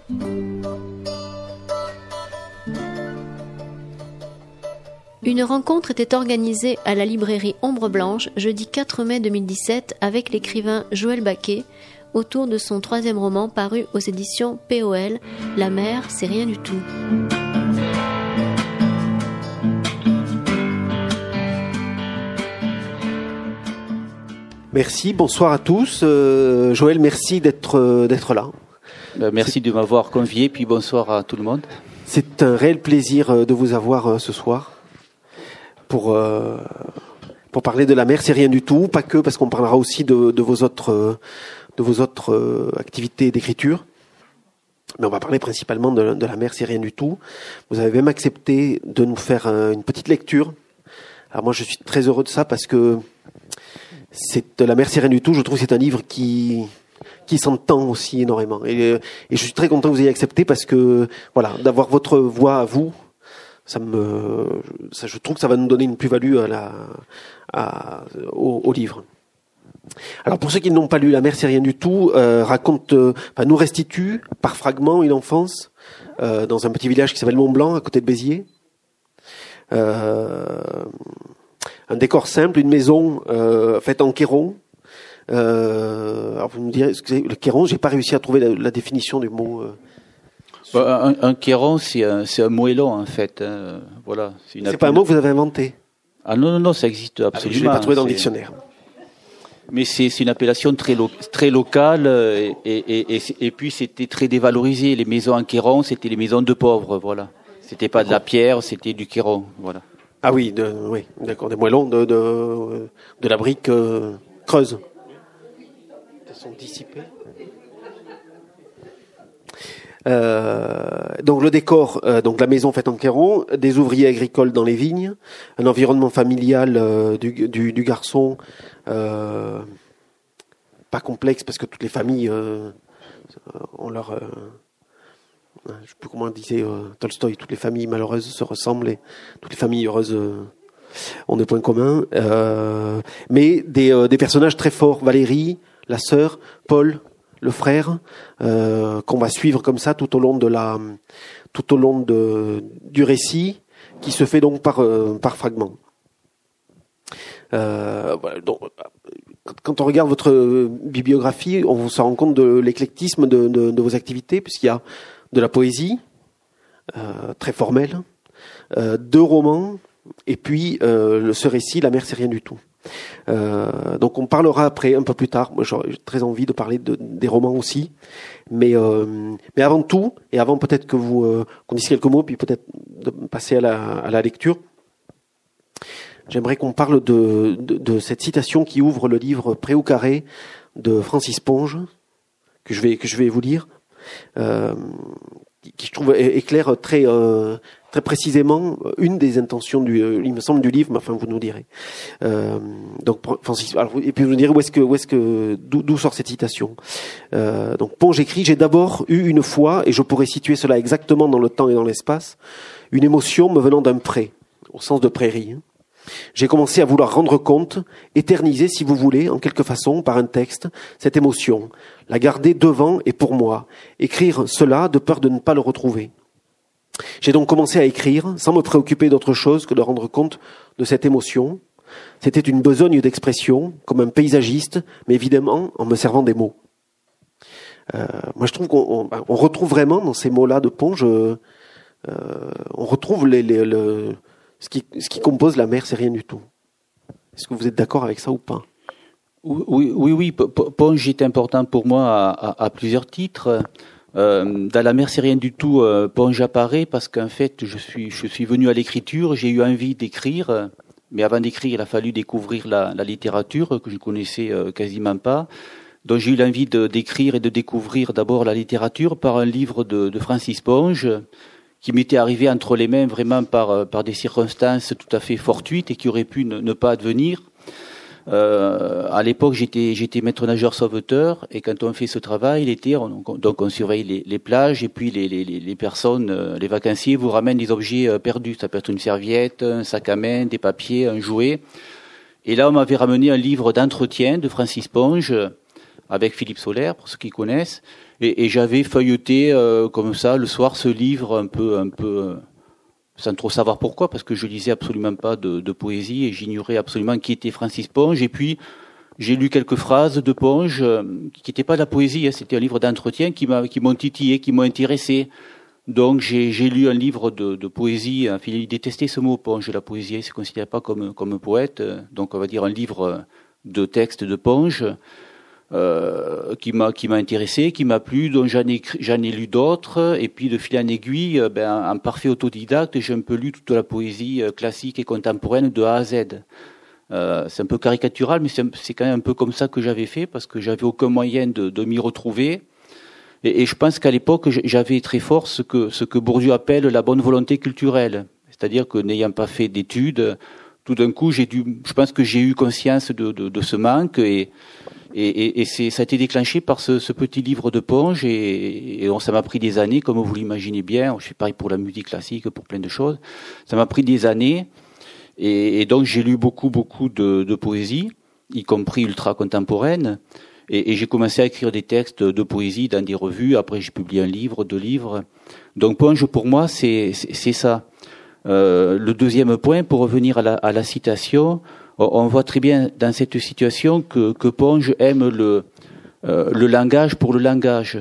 Une rencontre était organisée à la librairie Ombre Blanche jeudi 4 mai 2017 avec l'écrivain Joël Baquet autour de son 3e roman paru aux éditions POL, La mer, c'est rien du tout. Merci, bonsoir à tous. Joël, merci d'être là. Merci de m'avoir convié, puis bonsoir à tout le monde. C'est un réel plaisir de vous avoir ce soir pour parler de la mer, c'est rien du tout, pas que, parce qu'on parlera aussi de vos autres activités d'écriture. Mais on va parler principalement de la mer, c'est rien du tout. Vous avez même accepté de nous faire une petite lecture. Alors moi, je suis très heureux de ça parce que de la mer, c'est rien du tout. Je trouve que c'est un livre qui s'entend aussi énormément. Et je suis très content que vous ayez accepté parce que, voilà, d'avoir votre voix à vous, je trouve que ça va nous donner une plus-value au livre. Alors pour ceux qui n'ont pas lu La mer, c'est rien du tout, nous restitue par fragments une enfance dans un petit village qui s'appelle Mont-Blanc, à côté de Béziers. Un décor simple, une maison faite en kéron. Alors vous me direz, excusez, le kéron, j'ai pas réussi à trouver la définition du mot. Un kéron, c'est un moellon en fait. Voilà. C'est pas un mot que vous avez inventé. Ah non, ça existe absolument. Je l'ai pas trouvé dans le dictionnaire. Mais c'est une appellation très locale et puis c'était très dévalorisé. Les maisons en kéron, c'était les maisons de pauvres, voilà. C'était pas de la pierre, c'était du kéron, voilà. Ah oui, oui, d'accord, des moellons de la brique creuse. Ils sont dissipés. Donc le décor, donc la maison faite en kéron, des ouvriers agricoles dans les vignes, un environnement familial du garçon pas complexe parce que toutes les familles ont leur je sais plus comment disait Tolstoï, toutes les familles malheureuses se ressemblent et toutes les familles heureuses ont des points communs, mais des personnages très forts, Valérie, la sœur, Paul, le frère, qu'on va suivre comme ça tout au long du récit, qui se fait donc par fragments. Voilà, donc, quand on regarde votre bibliographie, on se rend compte de l'éclectisme de vos activités, puisqu'il y a de la poésie, très formelle, 2 romans, et puis ce récit, La mer, c'est rien du tout. Donc on parlera après, un peu plus tard. Moi, j'aurais très envie de parler des romans aussi, mais avant tout, et avant peut-être que vous qu'on dise quelques mots, puis peut-être de passer à la lecture, j'aimerais qu'on parle de cette citation qui ouvre le livre Pré ou carré de Francis Ponge, que je vais vous lire, qui je trouve éclaire très précisément une des intentions il me semble, du livre, mais enfin vous nous direz. Donc Francis, alors, et puis vous nous direz d'où sort cette citation. Donc Ponge écrit: j'ai d'abord eu une fois, et je pourrais situer cela exactement dans le temps et dans l'espace, une émotion me venant d'un pré, au sens de prairie. J'ai commencé à vouloir rendre compte, éterniser si vous voulez, en quelque façon, par un texte, cette émotion, la garder devant et pour moi, écrire cela de peur de ne pas le retrouver. J'ai donc commencé à écrire, sans me préoccuper d'autre chose que de rendre compte de cette émotion. C'était une besogne d'expression, comme un paysagiste, mais évidemment en me servant des mots. Moi je trouve qu'on retrouve vraiment dans ces mots-là de Ponge, on retrouve ce qui compose La mer, c'est rien du tout. Est-ce que vous êtes d'accord avec ça ou pas ? Oui. Ponge est important pour moi à plusieurs titres. Dans La mer, c'est rien du tout. Ponge apparaît parce qu'en fait, je suis venu à l'écriture. J'ai eu envie d'écrire, mais avant d'écrire, il a fallu découvrir la littérature que je connaissais quasiment pas. Donc j'ai eu l'envie d'écrire et de découvrir d'abord la littérature par un livre de Francis Ponge, qui m'était arrivé entre les mains vraiment par des circonstances tout à fait fortuites et qui auraient pu ne pas advenir. À l'époque, j'étais maître nageur sauveteur, et quand on fait ce travail l'été, donc on surveille les plages, et puis les personnes, les vacanciers vous ramènent des objets perdus. Ça peut être une serviette, un sac à main, des papiers, un jouet. Et là, on m'avait ramené un livre d'entretien de Francis Ponge avec Philippe Soler, pour ceux qui connaissent. Et j'avais feuilleté comme ça le soir ce livre un peu sans trop savoir pourquoi, parce que je lisais absolument pas de poésie et j'ignorais absolument qui était Francis Ponge. Et puis j'ai lu quelques phrases de Ponge qui n'étaient pas de la poésie, hein, c'était un livre d'entretien qui m'ont titillé, qui m'ont intéressé. Donc j'ai lu un livre de poésie. Enfin, il détestait ce mot Ponge, la poésie, il ne se considérait pas comme poète. Donc on va dire un livre de textes de Ponge. Qui m'a intéressé, qui m'a plu, dont j'en ai lu d'autres, et puis de fil en aiguille, en parfait autodidacte, j'ai un peu lu toute la poésie classique et contemporaine de A à Z. C'est un peu caricatural, mais c'est quand même un peu comme ça que j'avais fait, parce que j'avais aucun moyen de m'y retrouver. Et je pense qu'à l'époque, j'avais très fort ce que Bourdieu appelle la bonne volonté culturelle. C'est-à-dire que n'ayant pas fait d'études, tout d'un coup, je pense que j'ai eu conscience de ce manque et ça a été déclenché par ce petit livre de Ponge et ça m'a pris des années, comme vous l'imaginez bien. Je fais pareil pour la musique classique, pour plein de choses. Ça m'a pris des années et donc j'ai lu beaucoup de poésie, y compris ultra contemporaine. Et j'ai commencé à écrire des textes de poésie dans des revues. Après, j'ai publié un livre, 2 livres. Donc Ponge, pour moi, c'est ça. Le deuxième point, pour revenir à la citation, on voit très bien dans cette situation que Ponge aime le langage pour le langage.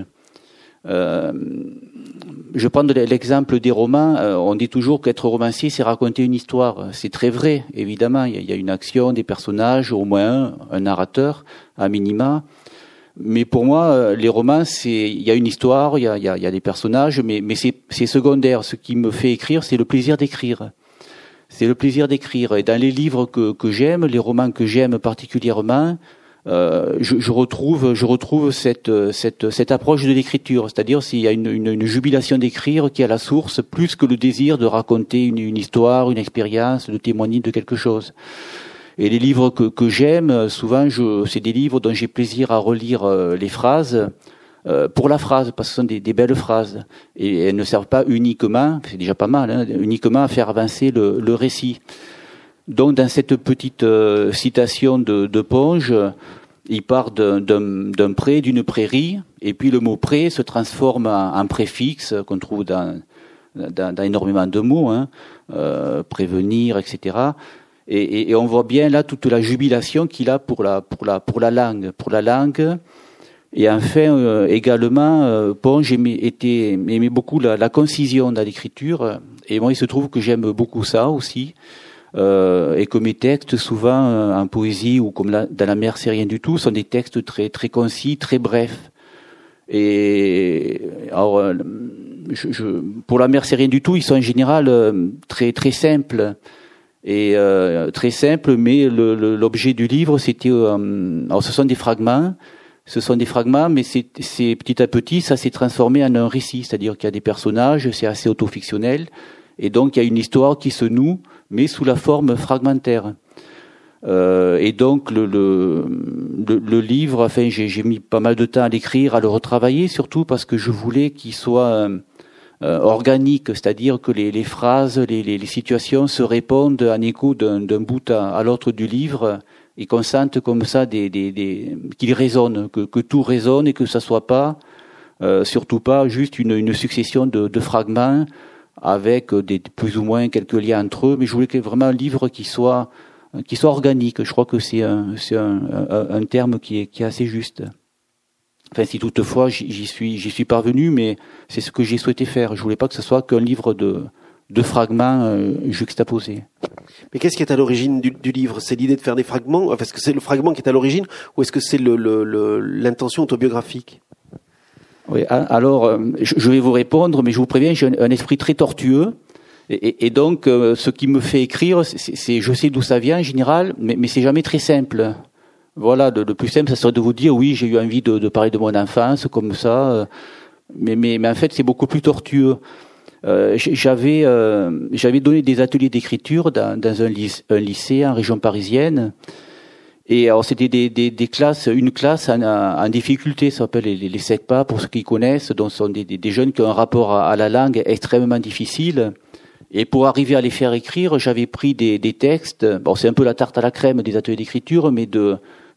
Je prends l'exemple des romans. On dit toujours qu'être romancier, c'est raconter une histoire. C'est très vrai, évidemment. Il y a une action, des personnages, au moins un narrateur, à minima. Mais pour moi, les romans, il y a une histoire, il y a des personnages, mais c'est secondaire. Ce qui me fait écrire, c'est le plaisir d'écrire. C'est le plaisir d'écrire. Et dans les livres que j'aime, les romans que j'aime particulièrement, je retrouve cette approche de l'écriture. C'est-à-dire s'il y a une jubilation d'écrire qui est à la source, plus que le désir de raconter une histoire, une expérience, de témoigner de quelque chose. Et les livres que j'aime, souvent, c'est des livres dont j'ai plaisir à relire les phrases, pour la phrase, parce que ce sont des belles phrases. Et elles ne servent pas uniquement, c'est déjà pas mal, hein, uniquement à faire avancer le récit. Donc, dans cette petite citation de Ponge, il part d'un pré, d'une prairie, et puis le mot pré se transforme en préfixe qu'on trouve dans énormément de mots, hein, prévenir, etc. Et on voit bien là toute la jubilation qu'il a pour la langue. Et enfin, également, Ponge aimait beaucoup la concision dans l'écriture. Et moi, il se trouve que j'aime beaucoup ça aussi. Et que mes textes, souvent en poésie ou comme dans La mer, c'est rien du tout, sont des textes très très concis, très brefs. Et alors, pour La mer, c'est rien du tout, ils sont en général très très simples. Et très simple, mais l'objet du livre, c'était, alors ce sont des fragments, mais c'est petit à petit, ça s'est transformé en un récit, c'est-à-dire qu'il y a des personnages, c'est assez autofictionnel, et donc il y a une histoire qui se noue, mais sous la forme fragmentaire. Et donc le livre, enfin j'ai mis pas mal de temps à l'écrire, à le retravailler, surtout parce que je voulais qu'il soit organique, c'est-à-dire que les phrases, les situations se répondent en écho d'un bout à l'autre du livre et qu'on sente comme ça qu'il résonne, que tout résonne et que ça soit pas, surtout pas juste une succession de fragments avec plus ou moins quelques liens entre eux, mais je voulais qu'il y ait vraiment un livre qui soit organique. Je crois que c'est un terme qui est assez juste. Enfin, si toutefois j'y suis parvenu, mais c'est ce que j'ai souhaité faire. Je voulais pas que ce soit qu'un livre de fragments juxtaposés. Mais qu'est-ce qui est à l'origine du livre? C'est l'idée de faire des fragments? Est-ce que c'est le fragment qui est à l'origine, ou est-ce que c'est l'intention autobiographique? Oui, alors je vais vous répondre, mais je vous préviens, j'ai un esprit très tortueux. Et donc, ce qui me fait écrire, je sais d'où ça vient en général, mais c'est jamais très simple. Voilà, le plus simple, ça serait de vous dire, oui, j'ai eu envie de parler de mon enfance, comme ça, mais en fait, c'est beaucoup plus tortueux. J'avais donné des ateliers d'écriture dans un lycée en région parisienne, et alors c'était des classes, une classe en difficulté, ça s'appelle les SECPA, pour ceux qui connaissent, donc ce sont des jeunes qui ont un rapport à la langue extrêmement difficile. Et pour arriver à les faire écrire, j'avais pris des textes. Bon, c'est un peu la tarte à la crème des ateliers d'écriture, mais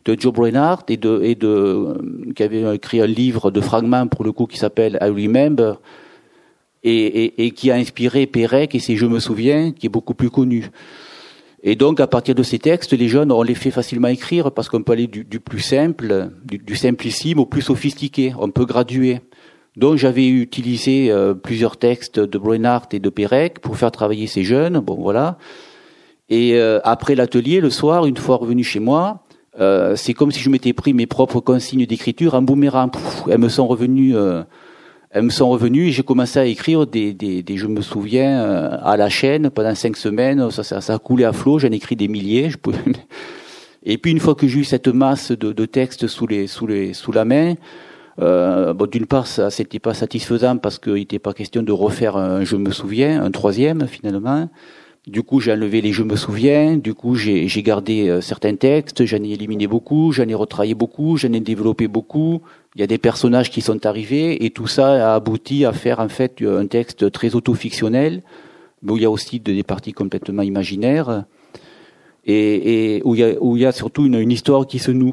Joe Brainard qui avait écrit un livre de fragments pour le coup qui s'appelle I Remember et qui a inspiré Pérec et ses Je me souviens, qui est beaucoup plus connu. Et donc, à partir de ces textes, les jeunes, on les fait facilement écrire parce qu'on peut aller du plus simple, du simplissime au plus sophistiqué. On peut graduer. Donc, j'avais utilisé plusieurs textes de Brainard et de Pérec pour faire travailler ces jeunes. Bon, voilà. Et après l'atelier, le soir, une fois revenu chez moi, c'est comme si je m'étais pris mes propres consignes d'écriture en boomerang. Elles me sont revenues et j'ai commencé à écrire des je me souviens, à la chaîne pendant 5 semaines. Ça a coulé à flot. J'en ai écrit des milliers. Et puis une fois que j'ai eu cette masse de textes sous la main, d'une part, ça c'était pas satisfaisant parce qu'il n'était pas question de refaire un je me souviens, un troisième finalement. Du coup, j'ai enlevé les je me souviens. Du coup, j'ai gardé certains textes. J'en ai éliminé beaucoup. J'en ai retravaillé beaucoup. J'en ai développé beaucoup. Il y a des personnages qui sont arrivés et tout ça a abouti à faire en fait un texte très autofictionnel, mais où il y a aussi des parties complètement imaginaires et où il y a surtout une histoire qui se noue.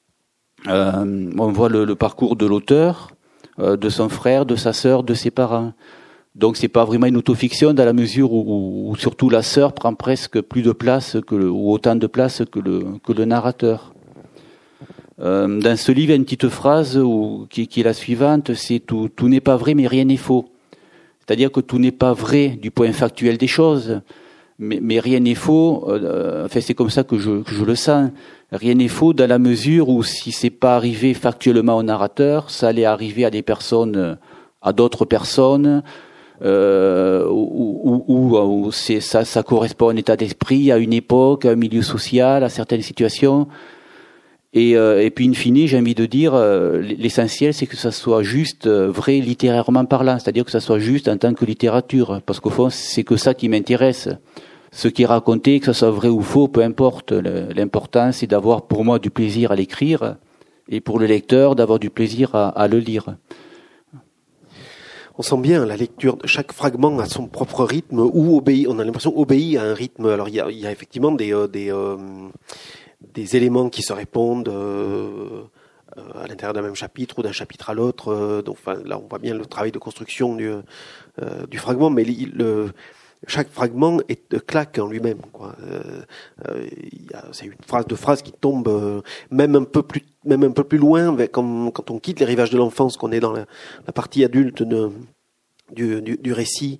On voit le parcours de l'auteur, de son frère, de sa sœur, de ses parents. Donc c'est pas vraiment une autofiction dans la mesure où surtout la sœur prend presque plus de place ou autant de place que le narrateur. Dans ce livre, il y a une petite phrase qui est la suivante, c'est tout n'est pas vrai mais rien n'est faux. C'est-à-dire que tout n'est pas vrai du point factuel des choses, mais rien n'est faux. Enfin, c'est comme ça que je le sens. Rien n'est faux dans la mesure où si c'est pas arrivé factuellement au narrateur, ça allait arriver à des personnes, à d'autres personnes. Où ça correspond à un état d'esprit, à une époque, à un milieu social, à certaines situations. Et puis, in fine, j'ai envie de dire, l'essentiel, c'est que ça soit juste vrai littérairement parlant, c'est-à-dire que ça soit juste en tant que littérature, parce qu'au fond, c'est que ça qui m'intéresse. Ce qui est raconté, que ça soit vrai ou faux, peu importe. L'important, c'est d'avoir pour moi du plaisir à l'écrire, et pour le lecteur, d'avoir du plaisir à le lire. On sent bien la lecture, chaque fragment a son propre rythme, ou on a l'impression obéit à un rythme. Alors, il y a effectivement des éléments qui se répondent à l'intérieur d'un même chapitre ou d'un chapitre à l'autre. Donc, là, on voit bien le travail de construction du fragment, mais chaque fragment claque en lui-même, quoi. C'est une phrase qui tombe même un peu plus loin, quand on quitte les rivages de l'enfance, qu'on est dans la partie adulte du récit.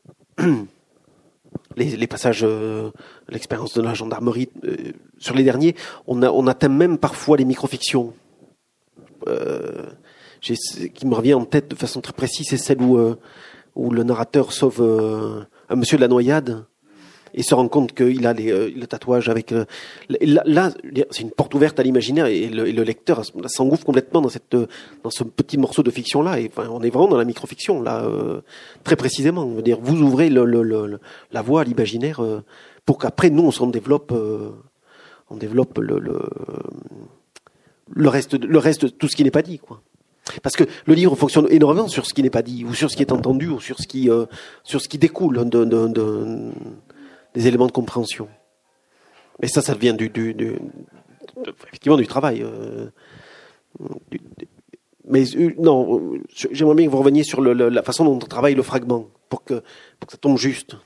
Les passages, l'expérience de la gendarmerie, sur les derniers, on atteint même parfois les microfictions. Qui me revient en tête de façon très précise, c'est celle où le narrateur sauve un monsieur de la noyade et se rend compte qu'il a le tatouage avec... Là, c'est une porte ouverte à l'imaginaire et le lecteur s'engouffre complètement dans ce petit morceau de fiction-là. Et on est vraiment dans la microfiction, là, très précisément. On veut dire, vous ouvrez la voie à l'imaginaire pour qu'après, nous, on développe le reste de tout ce qui n'est pas dit, quoi. Parce que le livre fonctionne énormément sur ce qui n'est pas dit, ou sur ce qui est entendu, ou sur ce qui découle des éléments de compréhension. Mais ça devient effectivement du travail. Mais non, j'aimerais bien que vous reveniez sur la façon dont on travaille le fragment, pour que ça tombe juste.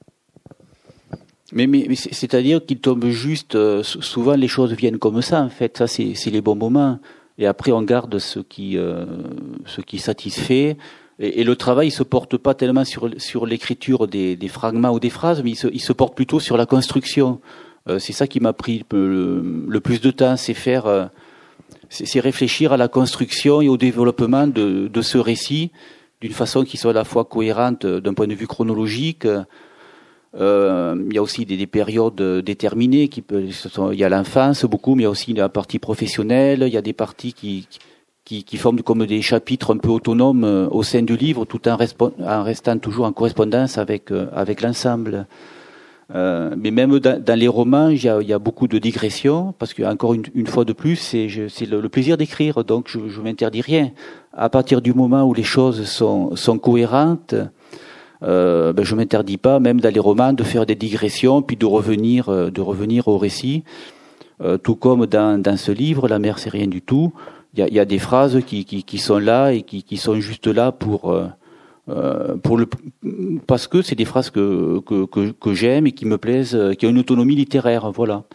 Mais c'est-à-dire qu'il tombe juste, souvent les choses viennent comme ça, en fait. Ça, c'est les bons moments. Et après, on garde ce qui satisfait. Et le travail, il se porte pas tellement sur l'écriture des fragments ou des phrases, mais il se porte plutôt sur la construction. C'est ça qui m'a pris le plus de temps, c'est réfléchir à la construction et au développement de ce récit d'une façon qui soit à la fois cohérente d'un point de vue chronologique. Il y a aussi des périodes déterminées il y a l'enfance beaucoup, mais il y a aussi la partie professionnelle, il y a des parties qui forment comme des chapitres un peu autonomes au sein du livre, tout en restant toujours en correspondance avec l'ensemble. Mais même dans les romans, il y a beaucoup de digressions, parce que encore une fois de plus, c'est le plaisir d'écrire, donc je m'interdis rien. À partir du moment où les choses sont cohérentes, je m'interdis pas, même dans les romans, de faire des digressions, puis de revenir au récit. tout comme dans ce livre, La mer c'est rien du tout. Il y a des phrases qui sont là et qui sont juste là parce que c'est des phrases que j'aime et qui me plaisent, qui ont une autonomie littéraire, voilà.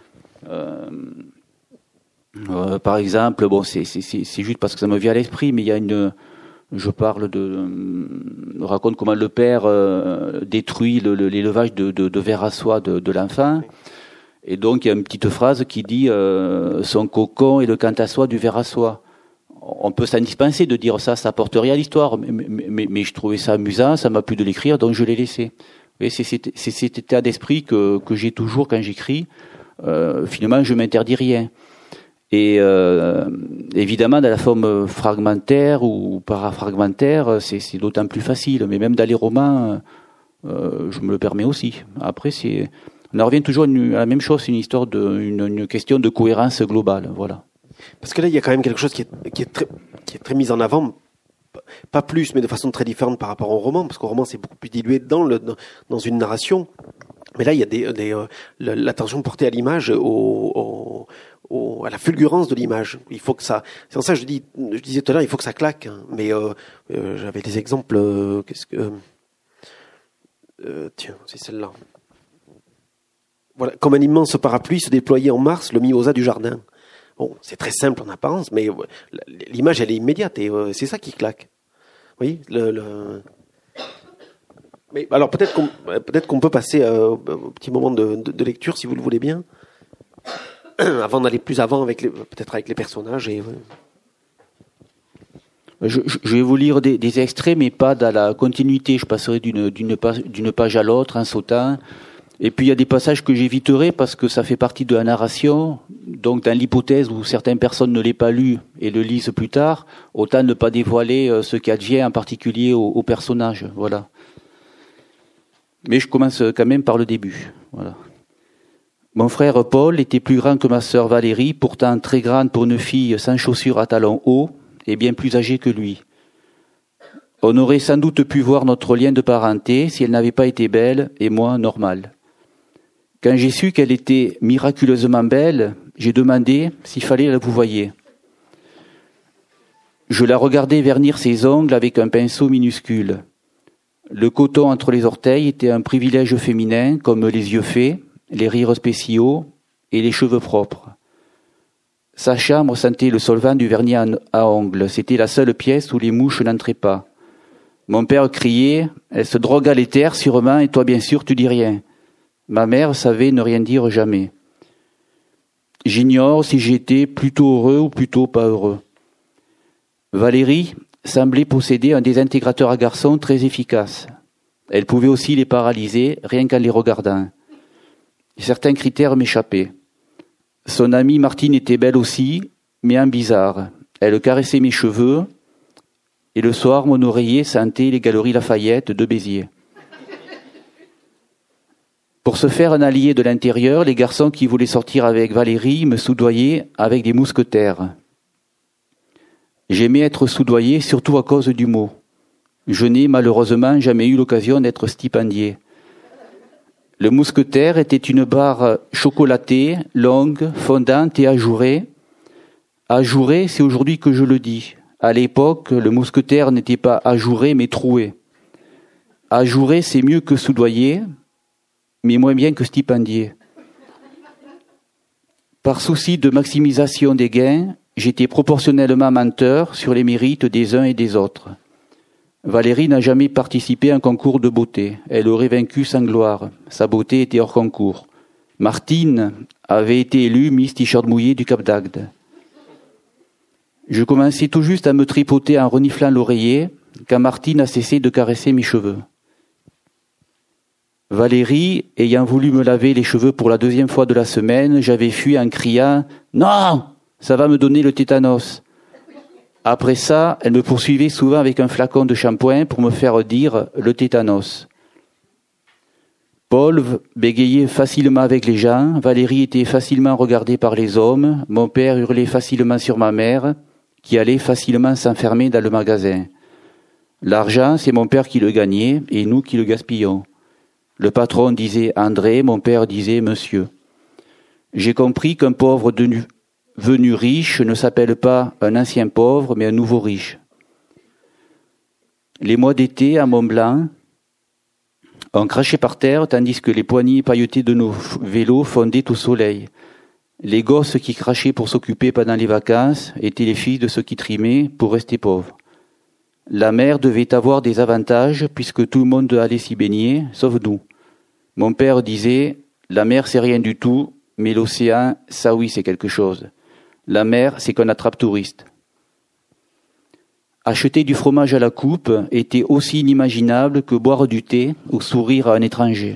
Par exemple, bon, c'est juste parce que ça me vient à l'esprit, mais il y a je raconte comment le père détruit l'élevage de vers à soie de l'enfant. Et donc, il y a une petite phrase qui dit son cocon est le quant à soi du ver à soie. On peut s'en dispenser de dire ça apporte rien à l'histoire, mais je trouvais ça amusant, ça m'a plu de l'écrire, donc je l'ai laissé. Et c'est cet état d'esprit que j'ai toujours quand j'écris. Finalement, je m'interdis rien. Et évidemment, dans la forme fragmentaire ou parafragmentaire, c'est d'autant plus facile. Mais même dans les romans, je me le permets aussi. Après, on en revient toujours à la même chose, c'est une histoire une question de cohérence globale, voilà. Parce que là, il y a quand même quelque chose qui est très mis en avant, pas plus, mais de façon très différente par rapport au roman, parce qu'au roman, c'est beaucoup plus dilué dans une narration. Mais là, il y a l'attention portée à l'image, à la fulgurance de l'image. Il faut que ça. C'est pour ça que je disais tout à l'heure, il faut que ça claque. Hein. Mais j'avais des exemples. Tiens, c'est celle-là. Voilà, comme un immense parapluie se déployait en mars, le mimosa du jardin. Bon, c'est très simple en apparence, mais l'image, elle est immédiate et c'est ça qui claque. Oui, Mais alors peut-être qu'on peut passer au petit moment de lecture, si vous le voulez bien, avant d'aller plus avant peut-être avec les personnages. Je vais vous lire des extraits, mais pas dans la continuité. Je passerai d'une page à l'autre en sautant. Et puis il y a des passages que j'éviterai parce que ça fait partie de la narration. Donc dans l'hypothèse où certaines personnes ne l'aient pas lu et le lisent plus tard, autant ne pas dévoiler ce qui advient en particulier aux personnages. Voilà. Mais je commence quand même par le début. Voilà. Mon frère Paul était plus grand que ma sœur Valérie, pourtant très grande pour une fille sans chaussures à talons hauts et bien plus âgée que lui. On aurait sans doute pu voir notre lien de parenté si elle n'avait pas été belle et moi normale. Quand j'ai su qu'elle était miraculeusement belle, j'ai demandé s'il fallait la vouvoyer. Je la regardais vernir ses ongles avec un pinceau minuscule. Le coton entre les orteils était un privilège féminin comme les yeux faits, les rires spéciaux et les cheveux propres. Sa chambre sentait le solvant du vernis à ongles. C'était la seule pièce où les mouches n'entraient pas. Mon père criait « Elle se drogue à l'éther sûrement et toi bien sûr tu dis rien ». Ma mère savait ne rien dire jamais. J'ignore si j'étais plutôt heureux ou plutôt pas heureux. Valérie semblait posséder un désintégrateur à garçons très efficace. Elle pouvait aussi les paralyser rien qu'en les regardant. Certains critères m'échappaient. Son amie Martine était belle aussi, mais en bizarre. Elle caressait mes cheveux, et le soir, mon oreiller sentait les galeries Lafayette de Béziers. Pour se faire un allié de l'intérieur, les garçons qui voulaient sortir avec Valérie me soudoyaient avec des mousquetaires. J'aimais être soudoyé, surtout à cause du mot. Je n'ai malheureusement jamais eu l'occasion d'être stipendié. Le mousquetaire était une barre chocolatée, longue, fondante et ajourée. Ajourée, c'est aujourd'hui que je le dis. À l'époque, le mousquetaire n'était pas ajouré, mais troué. Ajouré, c'est mieux que soudoyé, mais moins bien que stipendié. Par souci de maximisation des gains, j'étais proportionnellement menteur sur les mérites des uns et des autres. Valérie n'a jamais participé à un concours de beauté. Elle aurait vaincu sans gloire. Sa beauté était hors concours. Martine avait été élue Miss T-shirt mouillé du Cap d'Agde. Je commençais tout juste à me tripoter en reniflant l'oreiller quand Martine a cessé de caresser mes cheveux. Valérie, ayant voulu me laver les cheveux pour la 2e fois de la semaine, j'avais fui en criant « Non, ça va me donner le tétanos !» Après ça, elle me poursuivait souvent avec un flacon de shampoing pour me faire dire le tétanos. Paul bégayait facilement avec les gens, Valérie était facilement regardée par les hommes, mon père hurlait facilement sur ma mère, qui allait facilement s'enfermer dans le magasin. L'argent, c'est mon père qui le gagnait et nous qui le gaspillons. Le patron disait André, mon père disait Monsieur. J'ai compris qu'un pauvre devenu riche ne s'appelle pas un ancien pauvre, mais un nouveau riche. Les mois d'été à Mont-Blanc ont craché par terre, tandis que les poignées pailletées de nos vélos fondaient au soleil. Les gosses qui crachaient pour s'occuper pendant les vacances étaient les filles de ceux qui trimaient pour rester pauvres. La mer devait avoir des avantages puisque tout le monde allait s'y baigner, sauf nous. Mon père disait « La mer c'est rien du tout, mais l'océan, ça oui c'est quelque chose. La mer c'est qu'on attrape touriste. » Acheter du fromage à la coupe était aussi inimaginable que boire du thé ou sourire à un étranger.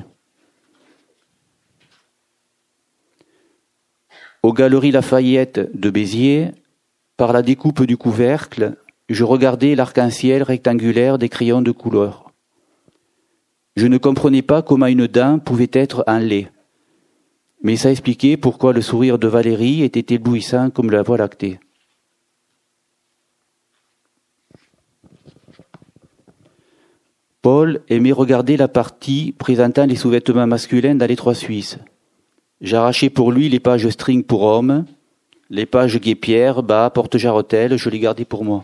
Aux Galeries Lafayette de Béziers, par la découpe du couvercle, je regardais l'arc-en-ciel rectangulaire des crayons de couleur. Je ne comprenais pas comment une dent pouvait être en lait. Mais ça expliquait pourquoi le sourire de Valérie était éblouissant comme la Voie lactée. Paul aimait regarder la partie présentant les sous-vêtements masculins dans les Trois Suisses. J'arrachais pour lui les pages string pour hommes, les pages guépières, bas, porte-jarretelles, je les gardais pour moi.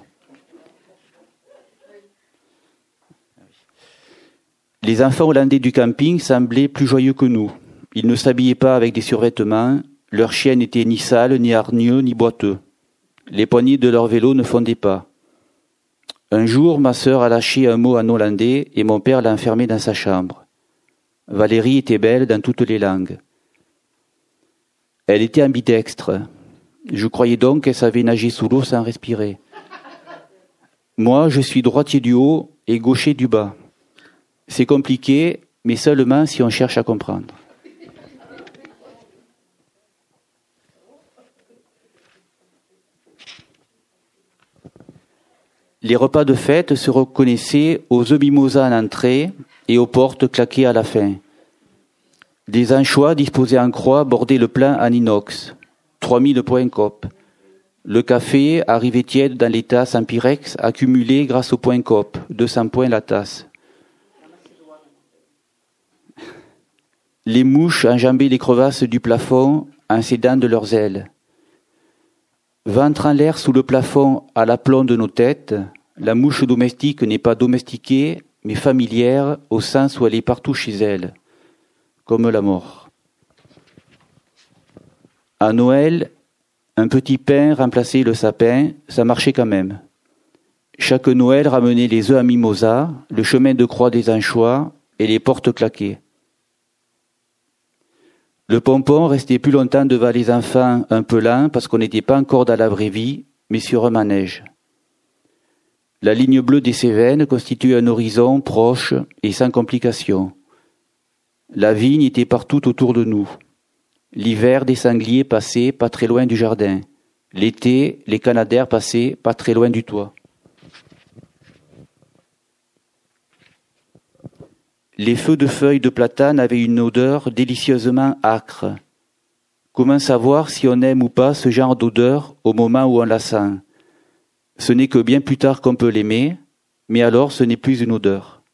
Les enfants hollandais du camping semblaient plus joyeux que nous. Ils ne s'habillaient pas avec des survêtements, leurs chiens n'étaient ni sales, ni hargneux, ni boiteux. Les poignées de leur vélo ne fondaient pas. Un jour, ma sœur a lâché un mot en hollandais et mon père l'a enfermé dans sa chambre. Valérie était belle dans toutes les langues. Elle était ambidextre. Je croyais donc qu'elle savait nager sous l'eau sans respirer. Moi, je suis droitier du haut et gaucher du bas. C'est compliqué, mais seulement si on cherche à comprendre. Les repas de fête se reconnaissaient aux œufs mimosa en entrée et aux portes claquées à la fin. Des anchois disposés en croix bordaient le plat en inox, 3000 points COP. Le café arrivait tiède dans les tasses en pyrex accumulées grâce aux points COP, 200 points la tasse. Les mouches enjambaient les crevasses du plafond en s'aidant de leurs ailes. Ventre en l'air sous le plafond à l'aplomb de nos têtes, la mouche domestique n'est pas domestiquée, mais familière au sens où elle est partout chez elle, comme la mort. À Noël, un petit pain remplaçait le sapin, ça marchait quand même. Chaque Noël ramenait les œufs à mimosa, le chemin de croix des anchois et les portes claquées. Le pompon restait plus longtemps devant les enfants un peu lent parce qu'on n'était pas encore dans la vraie vie, mais sur un manège. La ligne bleue des Cévennes constituait un horizon proche et sans complications. La vigne était partout autour de nous. L'hiver, des sangliers passaient pas très loin du jardin. L'été, les canadaires passaient pas très loin du toit. Les feux de feuilles de platane avaient une odeur délicieusement âcre. Comment savoir si on aime ou pas ce genre d'odeur au moment où on la sent? Ce n'est que bien plus tard qu'on peut l'aimer, mais alors ce n'est plus une odeur.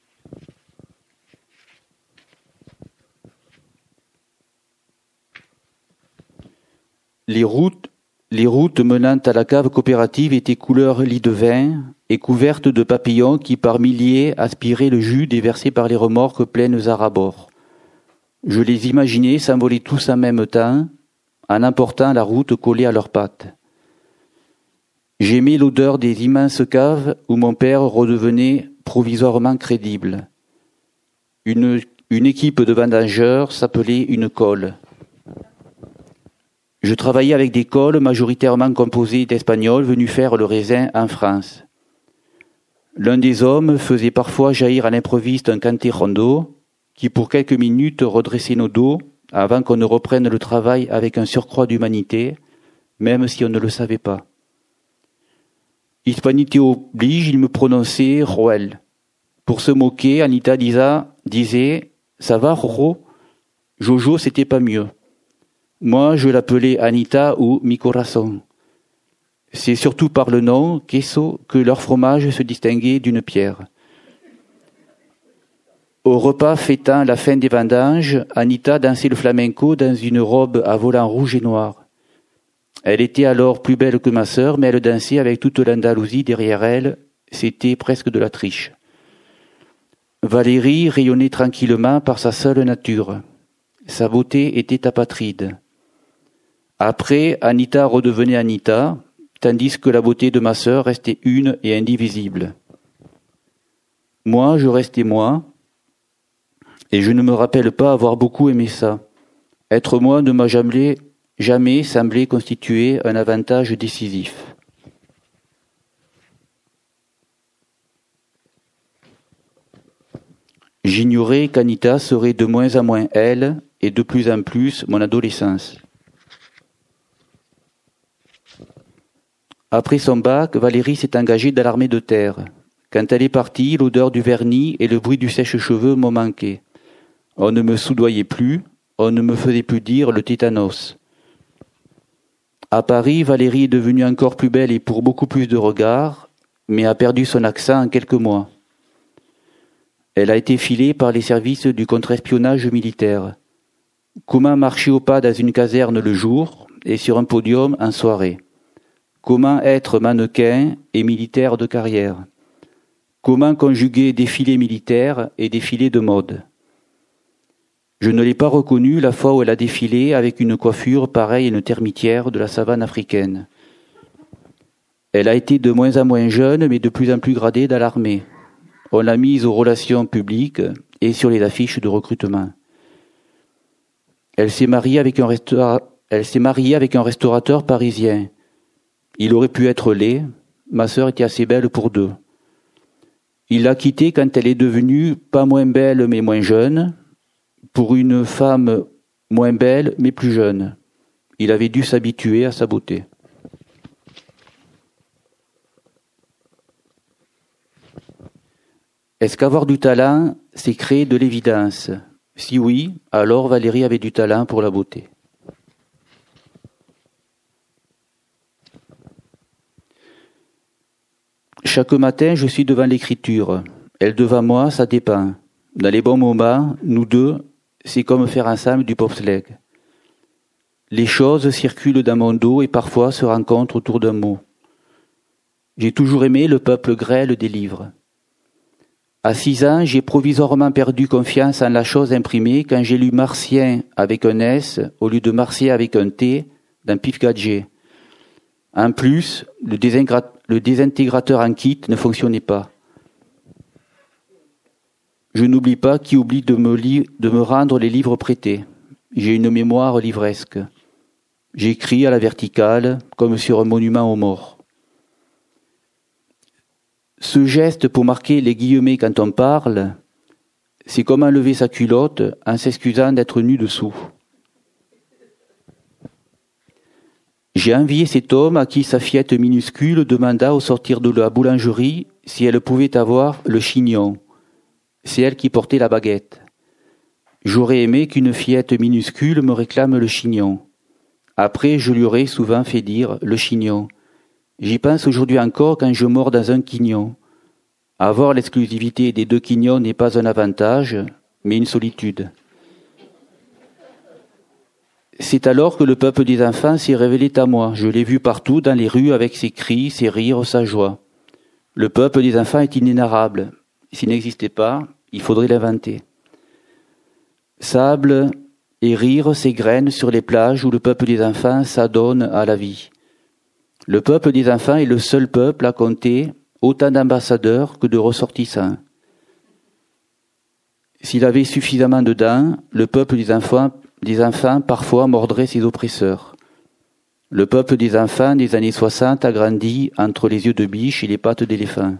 Les routes menant à la cave coopérative étaient couleur lit de vin et couvertes de papillons qui par milliers aspiraient le jus déversé par les remorques pleines à ras-bord. Je les imaginais s'envoler tous en même temps, en emportant la route collée à leurs pattes. J'aimais l'odeur des immenses caves où mon père redevenait provisoirement crédible. Une équipe de vendangeurs s'appelait une colle. Je travaillais avec des colles majoritairement composées d'Espagnols venus faire le raisin en France. L'un des hommes faisait parfois jaillir à l'improviste un canté rondo qui pour quelques minutes redressait nos dos avant qu'on ne reprenne le travail avec un surcroît d'humanité, même si on ne le savait pas. Hispanité oblige, il me prononçait Roel. Pour se moquer, Anita disait « Ça va, Roro ?» Jojo, c'était pas mieux. Moi, je l'appelais Anita ou Mi Corazón. C'est surtout par le nom, queso, que leur fromage se distinguait d'une pierre. Au repas fêtant la fin des vendanges, Anita dansait le flamenco dans une robe à volants rouge et noir. Elle était alors plus belle que ma sœur, mais elle dansait avec toute l'Andalousie derrière elle. C'était presque de la triche. Valérie rayonnait tranquillement par sa seule nature. Sa beauté était apatride. Après, Anita redevenait Anita, tandis que la beauté de ma sœur restait une et indivisible. Moi, je restais moi, et je ne me rappelle pas avoir beaucoup aimé ça. Être moi ne m'a jamais semblé constituer un avantage décisif. J'ignorais qu'Anita serait de moins en moins elle et de plus en plus mon adolescence. Après son bac, Valérie s'est engagée dans l'armée de terre. Quand elle est partie, l'odeur du vernis et le bruit du sèche-cheveux m'ont manqué. On ne me soudoyait plus, on ne me faisait plus dire le tétanos. À Paris, Valérie est devenue encore plus belle et pour beaucoup plus de regards, mais a perdu son accent en quelques mois. Elle a été filée par les services du contre-espionnage militaire. Comment marcher au pas dans une caserne le jour et sur un podium en soirée? Comment être mannequin et militaire de carrière? Comment conjuguer défilé militaire et défilé de mode? Je ne l'ai pas reconnue la fois où elle a défilé avec une coiffure pareille à une termitière de la savane africaine. Elle a été de moins en moins jeune, mais de plus en plus gradée dans l'armée. On l'a mise aux relations publiques et sur les affiches de recrutement. Elle s'est mariée avec un restaurateur parisien. Il aurait pu être laid, ma sœur était assez belle pour deux. Il l'a quittée quand elle est devenue pas moins belle mais moins jeune, pour une femme moins belle mais plus jeune. Il avait dû s'habituer à sa beauté. Est-ce qu'avoir du talent, c'est créer de l'évidence? Si oui, alors Valérie avait du talent pour la beauté. Chaque matin, je suis devant l'écriture. Elle devant moi, ça dépend. Dans les bons moments, nous deux, c'est comme faire ensemble du bobsleigh. Les choses circulent dans mon dos et parfois se rencontrent autour d'un mot. J'ai toujours aimé le peuple grêle des livres. À 6 ans, j'ai provisoirement perdu confiance en la chose imprimée quand j'ai lu Martien avec un S au lieu de Martien avec un T dans Pif Gadget. En plus, le désintégrateur en kit ne fonctionnait pas. Je n'oublie pas qui oublie de me rendre les livres prêtés. J'ai une mémoire livresque. J'écris à la verticale, comme sur un monument aux morts. Ce geste pour marquer les guillemets quand on parle, c'est comme enlever sa culotte en s'excusant d'être nu dessous. J'ai envié cet homme à qui sa fillette minuscule demanda au sortir de la boulangerie si elle pouvait avoir le chignon. C'est elle qui portait la baguette. J'aurais aimé qu'une fillette minuscule me réclame le chignon. Après, je lui aurais souvent fait dire le chignon. J'y pense aujourd'hui encore quand je mords dans un quignon. Avoir l'exclusivité des 2 quignons n'est pas un avantage, mais une solitude. C'est alors que le peuple des enfants s'est révélé à moi. Je l'ai vu partout dans les rues avec ses cris, ses rires, sa joie. Le peuple des enfants est inénarrable. S'il n'existait pas, il faudrait l'inventer. Sable et rire s'égrènent sur les plages où le peuple des enfants s'adonne à la vie. Le peuple des enfants est le seul peuple à compter autant d'ambassadeurs que de ressortissants. S'il avait suffisamment de dents, le peuple des enfants parfois mordrait ses oppresseurs. Le peuple des enfants des années 60 a grandi entre les yeux de biche et les pattes d'éléphant.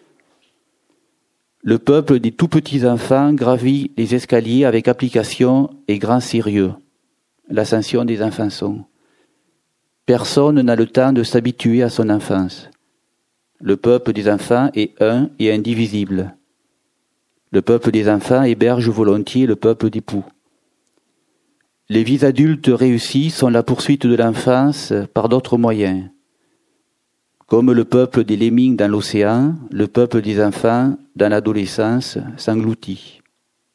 Le peuple des tout petits enfants gravit les escaliers avec application et grand sérieux. L'ascension des enfants sont. Personne n'a le temps de s'habituer à son enfance. Le peuple des enfants est un et indivisible. Le peuple des enfants héberge volontiers le peuple des poux. Les vies adultes réussies sont la poursuite de l'enfance par d'autres moyens. Comme le peuple des lemmings dans l'océan, le peuple des enfants dans l'adolescence s'engloutit.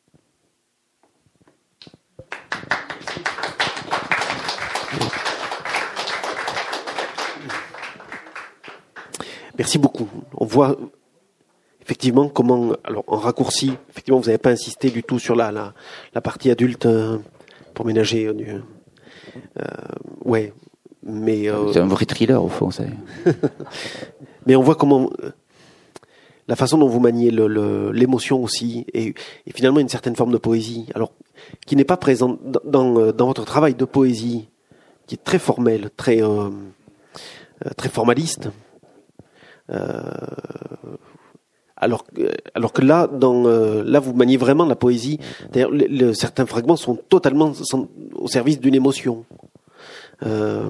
Merci beaucoup. On voit effectivement comment, alors en raccourci, effectivement vous n'avez pas insisté du tout sur la partie adulte pour ménager ouais, mais c'est un vrai thriller au fond, ça. Mais on voit comment la façon dont vous maniez l'émotion aussi et finalement une certaine forme de poésie, alors qui n'est pas présente dans votre travail de poésie, qui est très formel, très formaliste. Alors que là, là, vous maniez vraiment la poésie. D'ailleurs, certains fragments sont totalement au service d'une émotion. Je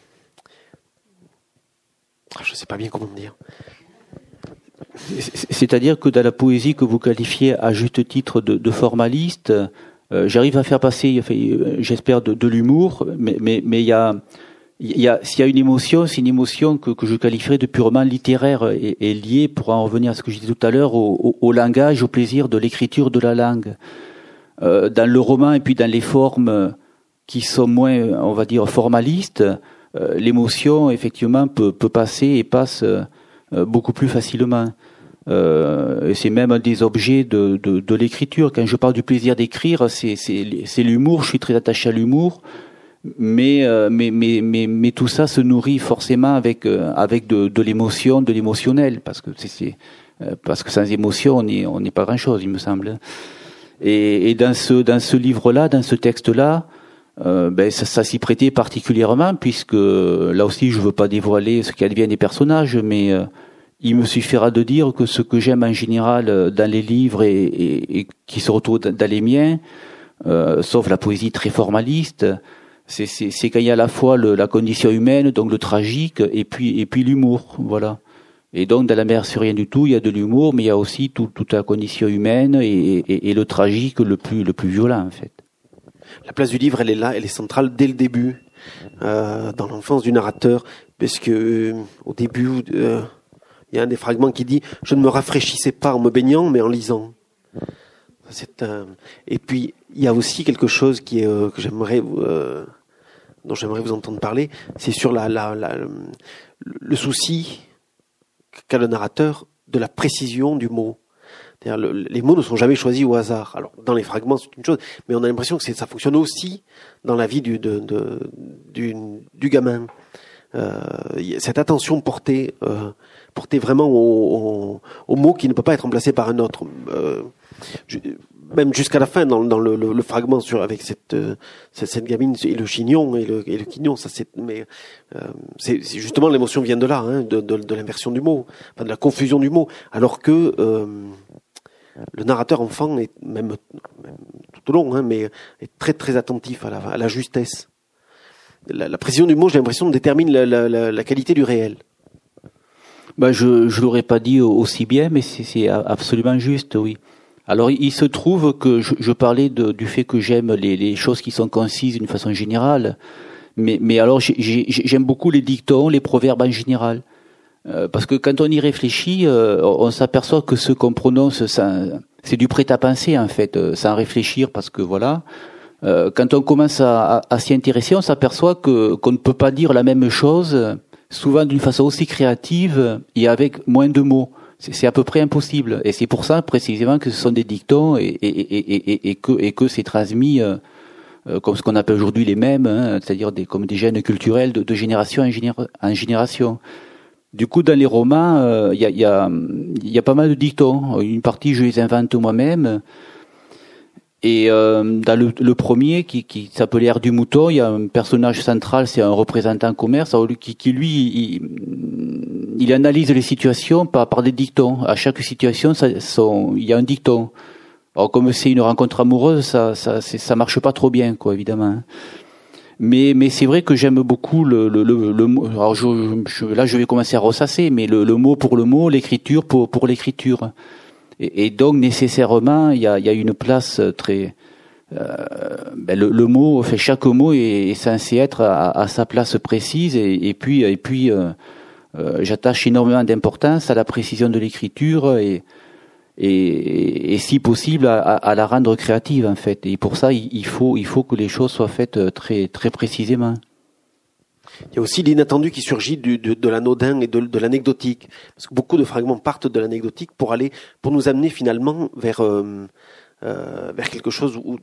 ne sais pas bien comment dire. C'est-à-dire que dans la poésie que vous qualifiez à juste titre de formaliste, j'arrive à faire passer, j'espère, de l'humour, mais s'il y a une émotion, c'est une émotion que je qualifierais de purement littéraire et liée, pour en revenir à ce que je disais tout à l'heure, au langage, au plaisir de l'écriture de la langue. Dans le roman et puis dans les formes qui sont moins, on va dire, formalistes, l'émotion, effectivement, peut passer et passe beaucoup plus facilement. Et c'est même un des objets de l'écriture. Quand je parle du plaisir d'écrire, c'est l'humour. Je suis très attaché à l'humour, mais tout ça se nourrit forcément avec de l'émotion, de l'émotionnel, parce que sans émotion, on n'est pas grand-chose, il me semble. Et dans ce livre-là, dans ce texte-là, ça s'y prêtait particulièrement, puisque là aussi, je veux pas dévoiler ce qu'advient des personnages, mais il me suffira de dire que ce que j'aime en général dans les livres et qui se retrouve dans les miens, sauf la poésie très formaliste, c'est quand il y a à la fois la condition humaine, donc le tragique, et puis l'humour, voilà. Et donc dans La mer sur rien du tout, il y a de l'humour, mais il y a aussi toute la condition humaine et le tragique le plus violent, en fait. La place du livre, elle est là, elle est centrale dès le début, dans l'enfance du narrateur, parce que au début, il y a un des fragments qui dit « Je ne me rafraîchissais pas en me baignant, mais en lisant ». Et puis, il y a aussi quelque chose qui est dont j'aimerais vous entendre parler, c'est sur le souci qu'a le narrateur de la précision du mot. C'est-à-dire les mots ne sont jamais choisis au hasard. Alors, dans les fragments, c'est une chose, mais on a l'impression que ça fonctionne aussi dans la vie du gamin. Cette attention portée vraiment au mot qui ne peut pas être remplacé par un autre. Même jusqu'à la fin, dans le fragment avec cette gamine et le chignon et le quignon, c'est justement l'émotion vient de là, hein, de l'inversion du mot, enfin de la confusion du mot, alors que le narrateur enfant est même tout au long, hein, mais est très très attentif à la justesse. La précision du mot, j'ai l'impression, détermine la qualité du réel. Je l'aurais pas dit aussi bien, mais c'est absolument juste, oui. Alors, il se trouve que je parlais du fait que j'aime les choses qui sont concises d'une façon générale, mais alors j'aime beaucoup les dictons, les proverbes en général. Parce que quand on y réfléchit, on s'aperçoit que ce qu'on prononce, c'est du prêt-à-penser, en fait, sans réfléchir, parce que voilà. Quand on commence à s'y intéresser, on s'aperçoit qu'on ne peut pas dire la même chose, souvent d'une façon aussi créative et avec moins de mots. C'est à peu près impossible. Et c'est pour ça, précisément, que ce sont des dictons et que c'est transmis comme ce qu'on appelle aujourd'hui les mèmes, hein, c'est-à-dire comme des gènes culturels de génération en génération. Du coup, dans les romans, il y a pas mal de dictons. Une partie, je les invente moi-même. Et dans le premier, qui s'appelait Air du Mouton, il y a un personnage central, c'est un représentant commerce, qui lui, il analyse les situations par des dictons. À chaque situation, il y a un dicton. Alors comme c'est une rencontre amoureuse, ça marche pas trop bien, quoi, évidemment. Mais c'est vrai que j'aime beaucoup le mot. Alors là, je vais commencer à ressasser, mais le mot pour le mot, l'écriture pour l'écriture. Et donc nécessairement, il y a une place très. Le mot, chaque mot est censé être à sa place précise, et puis j'attache énormément d'importance à la précision de l'écriture et si possible à la rendre créative, en fait. Et pour ça, il faut que les choses soient faites très très précisément. Il y a aussi l'inattendu qui surgit de l'anodin et de l'anecdotique, parce que beaucoup de fragments partent de l'anecdotique pour nous amener finalement vers quelque chose où,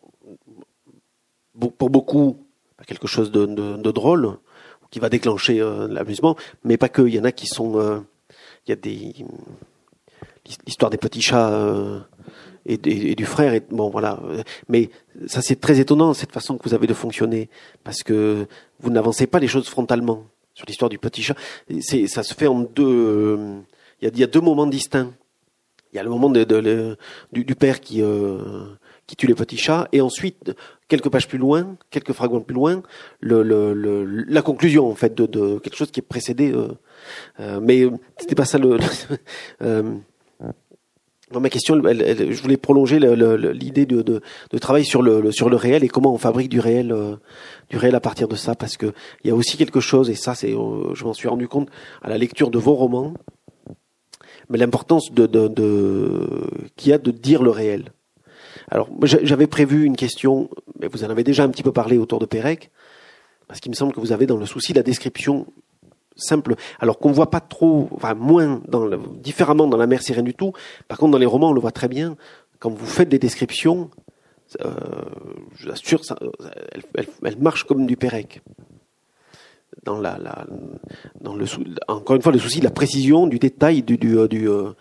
pour beaucoup, quelque chose de drôle, qui va déclencher l'amusement, mais pas que. Il y en a qui sont, il y a l'histoire des petits chats et du frère. Et, bon, voilà. Mais ça, c'est très étonnant cette façon que vous avez de fonctionner, parce que vous n'avancez pas les choses frontalement sur l'histoire du petit chat. Ça se fait en deux. Il y a deux moments distincts. Il y a le moment du père qui tue les petits chats, et ensuite quelques pages plus loin, quelques fragments plus loin, la conclusion en fait de quelque chose qui est précédé. Mais c'était pas ça dans ma question, je voulais prolonger l'idée de travail sur le réel et comment on fabrique du réel à partir de ça, parce que il y a aussi quelque chose, et ça c'est, je m'en suis rendu compte à la lecture de vos romans, mais l'importance qu'il y a de dire le réel. Alors, j'avais prévu une question, mais vous en avez déjà un petit peu parlé autour de Pérec, parce qu'il me semble que vous avez dans le souci la description simple, alors qu'on voit pas trop, enfin moins, différemment dans La mer, c'est rien du tout. Par contre, dans les romans, on le voit très bien. Quand vous faites des descriptions, je vous assure, elle marche comme du Pérec. Encore une fois, le souci de la précision, du détail, de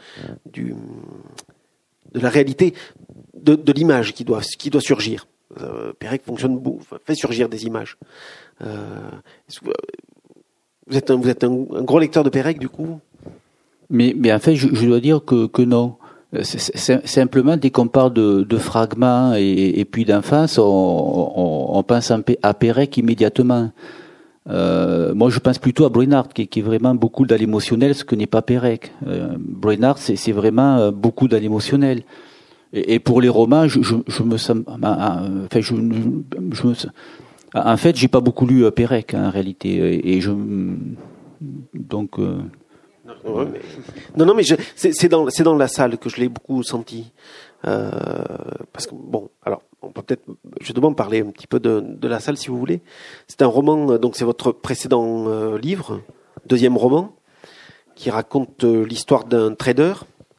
la réalité, de l'image qui doit surgir. Pérec fait surgir des images. Vous êtes un gros lecteur de Pérec, du coup? Mais en fait, je dois dire que non. C'est simplement, dès qu'on parle de fragments et puis d'enfance, on pense à Pérec immédiatement. Moi, je pense plutôt à Brennard, qui est vraiment beaucoup dans l'émotionnel, ce que n'est pas Pérec. Brennard, c'est vraiment beaucoup dans l'émotionnel. Et pour les romans, je me sens, en fait, j'ai pas beaucoup lu Pérec, en réalité, et donc. Non, mais c'est dans la salle que je l'ai beaucoup senti, parce que bon, alors on peut peut-être justement parler un petit peu de la salle si vous voulez. C'est un roman, donc c'est votre précédent livre, deuxième roman, qui raconte l'histoire d'un trader.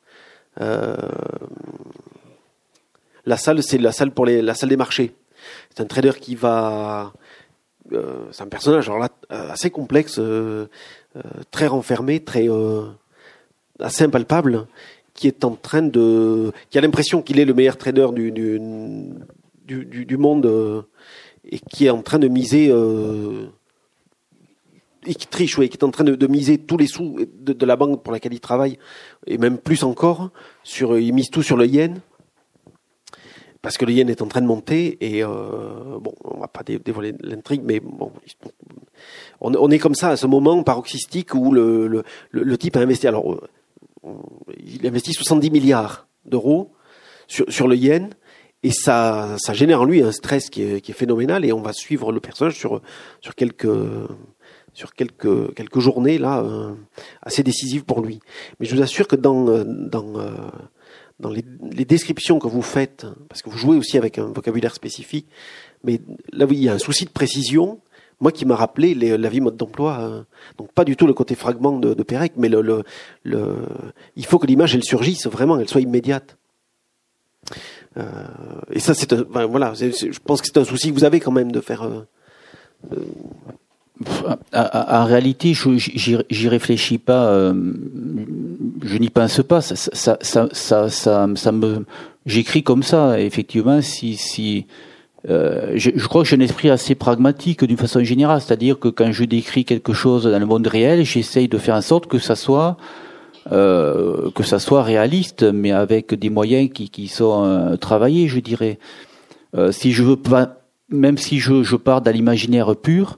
La salle, c'est la salle la salle des marchés. C'est un trader qui va, c'est un personnage alors là assez complexe, très renfermé, assez impalpable, qui est en train qui a l'impression qu'il est le meilleur trader du monde, et qui est en train de miser, et qui triche, qui est en train de miser tous les sous de la banque pour laquelle il travaille, et même plus encore, il mise tout sur le yen. Parce que le yen est en train de monter, et bon, on va pas dévoiler l'intrigue, mais bon, on est comme ça à ce moment paroxystique où le type a investi. Alors, il investit 70 milliards d'euros sur le yen, et ça génère en lui un stress qui est phénoménal, et on va suivre le personnage sur quelques journées là assez décisives pour lui. Mais je vous assure que dans les descriptions que vous faites, parce que vous jouez aussi avec un vocabulaire spécifique, mais là oui, il y a un souci de précision, moi qui m'a rappelé la vie mode d'emploi, donc pas du tout le côté fragment de Pérec, mais il faut que l'image elle surgisse vraiment, elle soit immédiate. Et ça c'est voilà, je pense que c'est un souci que vous avez quand même de faire. En réalité, j'y réfléchis pas. Je n'y pense pas. J'écris comme ça. Effectivement, je crois que j'ai un esprit assez pragmatique d'une façon générale. C'est-à-dire que quand je décris quelque chose dans le monde réel, j'essaye de faire en sorte que ça soit réaliste, mais avec des moyens qui sont travaillés, je dirais. Si je veux pas, même si je pars dans l'imaginaire pur.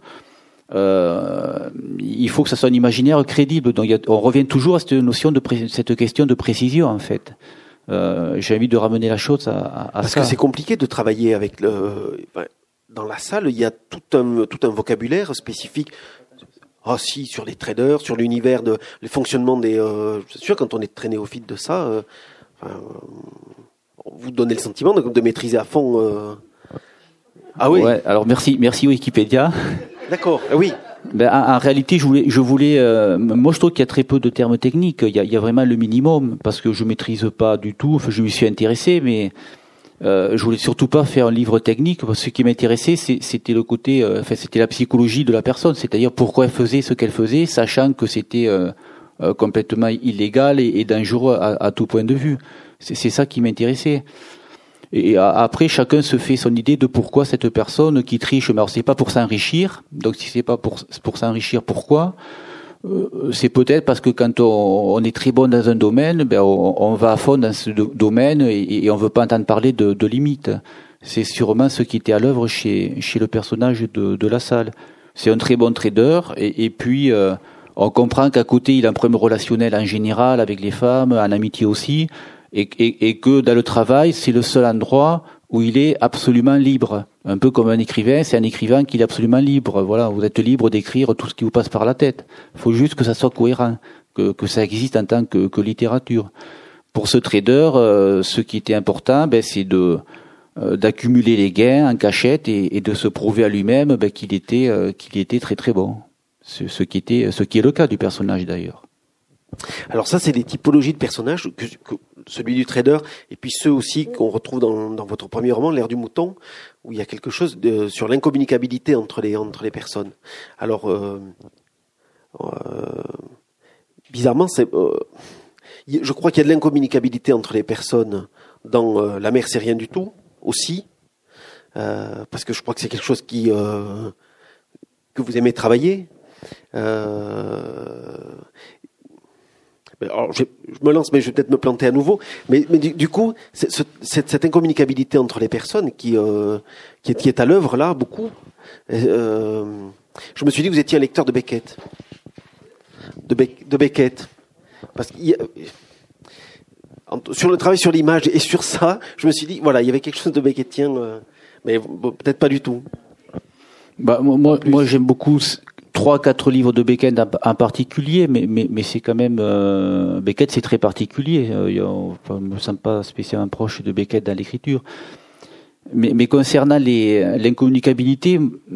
Il faut que ça soit un imaginaire crédible. Donc on revient toujours à cette notion cette question de précision en fait. J'ai envie de ramener la chose à Parce ça. Que c'est compliqué de travailler avec dans la salle, il y a tout un vocabulaire spécifique. Si, sur les traders, sur l'univers le fonctionnement des. Je suis sûr, quand on est très néophyte de ça, vous donnez le sentiment de maîtriser à fond. Ah oui. Ouais. Alors merci Wikipédia. D'accord. Oui. En réalité, moi je trouve qu'il y a très peu de termes techniques. Il y a vraiment le minimum parce que je maîtrise pas du tout. Enfin, je m'y suis intéressé, mais je voulais surtout pas faire un livre technique. Parce que ce qui m'intéressait, c'était le côté, c'était la psychologie de la personne, c'est-à-dire pourquoi elle faisait ce qu'elle faisait, sachant que c'était complètement illégal et dangereux à tout point de vue. C'est ça qui m'intéressait. Et après, chacun se fait son idée de pourquoi cette personne qui triche, mais alors c'est pas pour s'enrichir. Donc si c'est pas pour s'enrichir, pourquoi? C'est peut-être parce que quand on est très bon dans un domaine, on va à fond dans ce domaine et on veut pas entendre parler de limites. C'est sûrement ce qui était à l'œuvre chez le personnage de Lassalle. C'est un très bon trader et puis on comprend qu'à côté il a un problème relationnel en général avec les femmes, en amitié aussi. Et que dans le travail, c'est le seul endroit où il est absolument libre. Un peu comme un écrivain, c'est un écrivain qui est absolument libre. Voilà, vous êtes libre d'écrire tout ce qui vous passe par la tête. Il faut juste que ça soit cohérent, que ça existe en tant que littérature. Pour ce trader, ce qui était important, c'est d'accumuler les gains en cachette et de se prouver à lui-même qu'il était très très bon. Ce qui est le cas du personnage d'ailleurs. Alors ça, c'est des typologies de personnages, celui du trader, et puis ceux aussi qu'on retrouve dans votre premier roman, L'Air du mouton, où il y a quelque chose sur l'incommunicabilité entre les personnes. Alors, bizarrement, je crois qu'il y a de l'incommunicabilité entre les personnes dans La mer, c'est rien du tout, aussi, parce que je crois que c'est quelque chose que vous aimez travailler. Alors, je me lance, mais je vais peut-être me planter à nouveau. Mais du coup, cette incommunicabilité entre les personnes qui est à l'œuvre là beaucoup. Je me suis dit que vous étiez un lecteur de Beckett, de Beckett, parce qu'il sur le travail sur l'image et sur ça, je me suis dit voilà, il y avait quelque chose de Beckettien, mais peut-être pas du tout. Moi j'aime beaucoup 3-4 livres de Beckett en particulier, mais c'est quand même Beckett, c'est très particulier. Je me sens pas spécialement proche de Beckett dans l'écriture. Mais concernant l'incommunicabilité,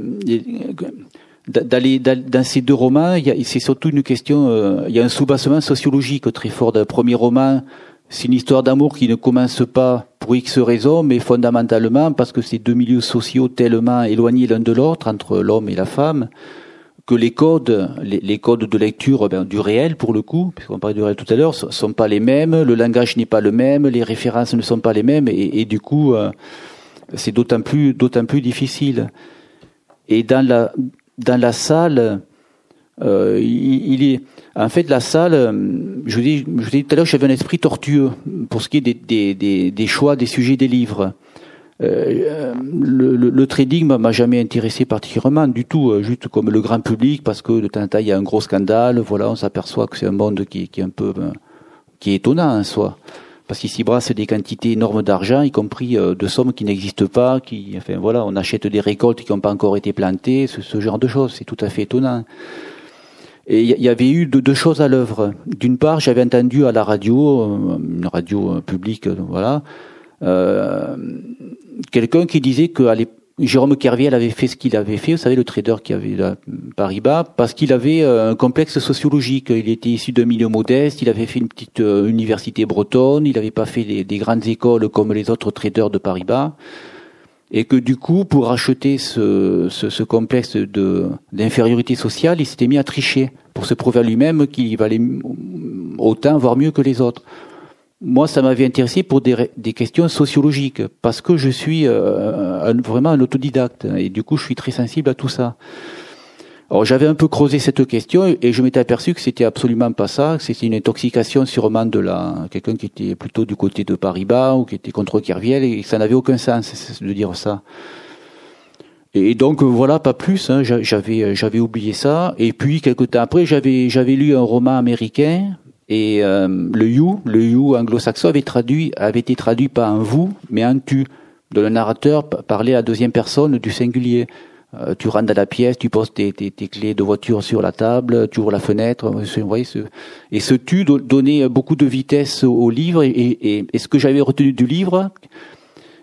dans ces deux romans, c'est surtout une question. Il y a un soubassement sociologique très fort. Dans le premier roman, c'est une histoire d'amour qui ne commence pas pour X raisons, mais fondamentalement parce que c'est deux milieux sociaux tellement éloignés l'un de l'autre, entre l'homme et la femme, que les codes de lecture du réel, pour le coup, puisqu'on parlait du réel tout à l'heure, sont pas les mêmes, le langage n'est pas le même, les références ne sont pas les mêmes, et du coup, c'est d'autant plus difficile. Et dans la salle, il est, en fait, la salle, je vous dis tout à l'heure, j'avais un esprit tortueux pour ce qui est des choix, des sujets des livres. Le trading m'a jamais intéressé particulièrement du tout, juste comme le grand public, parce que de temps en temps il y a un gros scandale, voilà, on s'aperçoit que c'est un monde qui est un peu qui est étonnant en soi, parce qu'il s'y brasse des quantités énormes d'argent, y compris de sommes qui n'existent pas, enfin voilà, on achète des récoltes qui n'ont pas encore été plantées, ce genre de choses, c'est tout à fait étonnant. Et il y avait eu deux choses à l'œuvre. D'une part, j'avais entendu à la radio, une radio publique, voilà, quelqu'un qui disait que Jérôme Kerviel avait fait ce qu'il avait fait, vous savez, le trader qui avait Paribas, parce qu'il avait un complexe sociologique. Il était issu d'un milieu modeste, il avait fait une petite université bretonne, il n'avait pas fait des grandes écoles comme les autres traders de Paribas, et que du coup, pour acheter ce complexe d'infériorité sociale, il s'était mis à tricher pour se prouver à lui-même qu'il valait autant, voire mieux que les autres. Moi, ça m'avait intéressé pour des questions sociologiques, parce que je suis vraiment un autodidacte, et du coup, je suis très sensible à tout ça. Alors, j'avais un peu creusé cette question, et je m'étais aperçu que c'était absolument pas ça, que c'était une intoxication sûrement quelqu'un qui était plutôt du côté de Paribas, ou qui était contre Kerviel, et ça n'avait aucun sens de dire ça. Et donc, voilà, pas plus, hein, j'avais oublié ça, et puis, quelque temps après, j'avais lu un roman américain, et le you anglo-saxon avait été traduit pas en vous, mais en tu, dont le narrateur parlait à deuxième personne du singulier. Tu rentres dans la pièce, tu poses tes clés de voiture sur la table, tu ouvres la fenêtre, vous voyez, et ce tu donnait beaucoup de vitesse au livre, et ce que j'avais retenu du livre,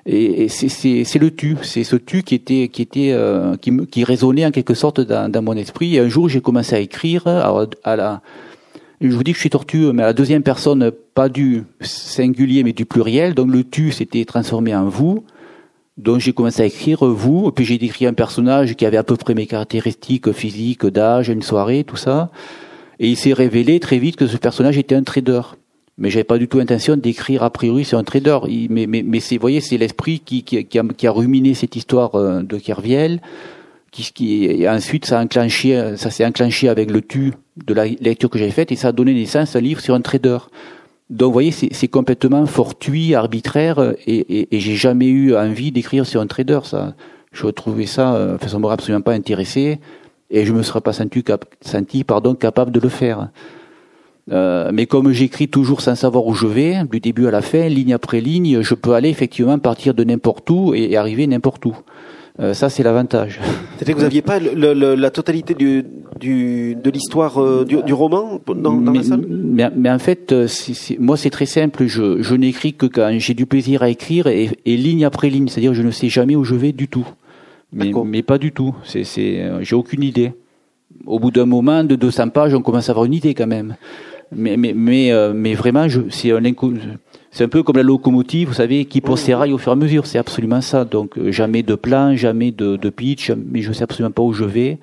Et c'est le tu, c'est ce tu qui résonnait en quelque sorte dans mon esprit. Et un jour, j'ai commencé à écrire je vous dis que je suis tortueux, mais à la deuxième personne, pas du singulier, mais du pluriel. Donc le tu s'était transformé en vous. Donc j'ai commencé à écrire vous, et puis j'ai décrit un personnage qui avait à peu près mes caractéristiques physiques, d'âge, une soirée, tout ça. Et il s'est révélé très vite que ce personnage était un trader. Mais j'avais pas du tout l'intention d'écrire a priori sur un trader. Mais c'est, vous voyez, c'est l'esprit qui a ruminé cette histoire de Kerviel. Et ensuite ça s'est enclenché avec le tu de la lecture que j'avais faite, et ça a donné naissance à un livre sur un trader. Donc vous voyez, c'est complètement fortuit, arbitraire, et j'ai jamais eu envie d'écrire sur un trader. Ça, je trouvais ça, ça m'aurait absolument pas intéressé, et je me serais pas senti capable de le faire. Mais comme j'écris toujours sans savoir où je vais, du début à la fin, ligne après ligne, je peux aller effectivement partir de n'importe où et arriver n'importe où. Ça, c'est l'avantage. C'est-à-dire que vous n'aviez pas la totalité de l'histoire du roman dans la salle ? Mais en fait, moi, c'est très simple. Je n'écris que quand j'ai du plaisir à écrire, et ligne après ligne. C'est-à-dire que je ne sais jamais où je vais du tout. Mais pas du tout. J'ai aucune idée. Au bout d'un moment, de 200 pages, on commence à avoir une idée quand même. Mais vraiment, c'est un peu comme la locomotive, vous savez, qui pose ses rails au fur et à mesure. C'est absolument ça. Donc jamais de plan, jamais de pitch, mais je sais absolument pas où je vais.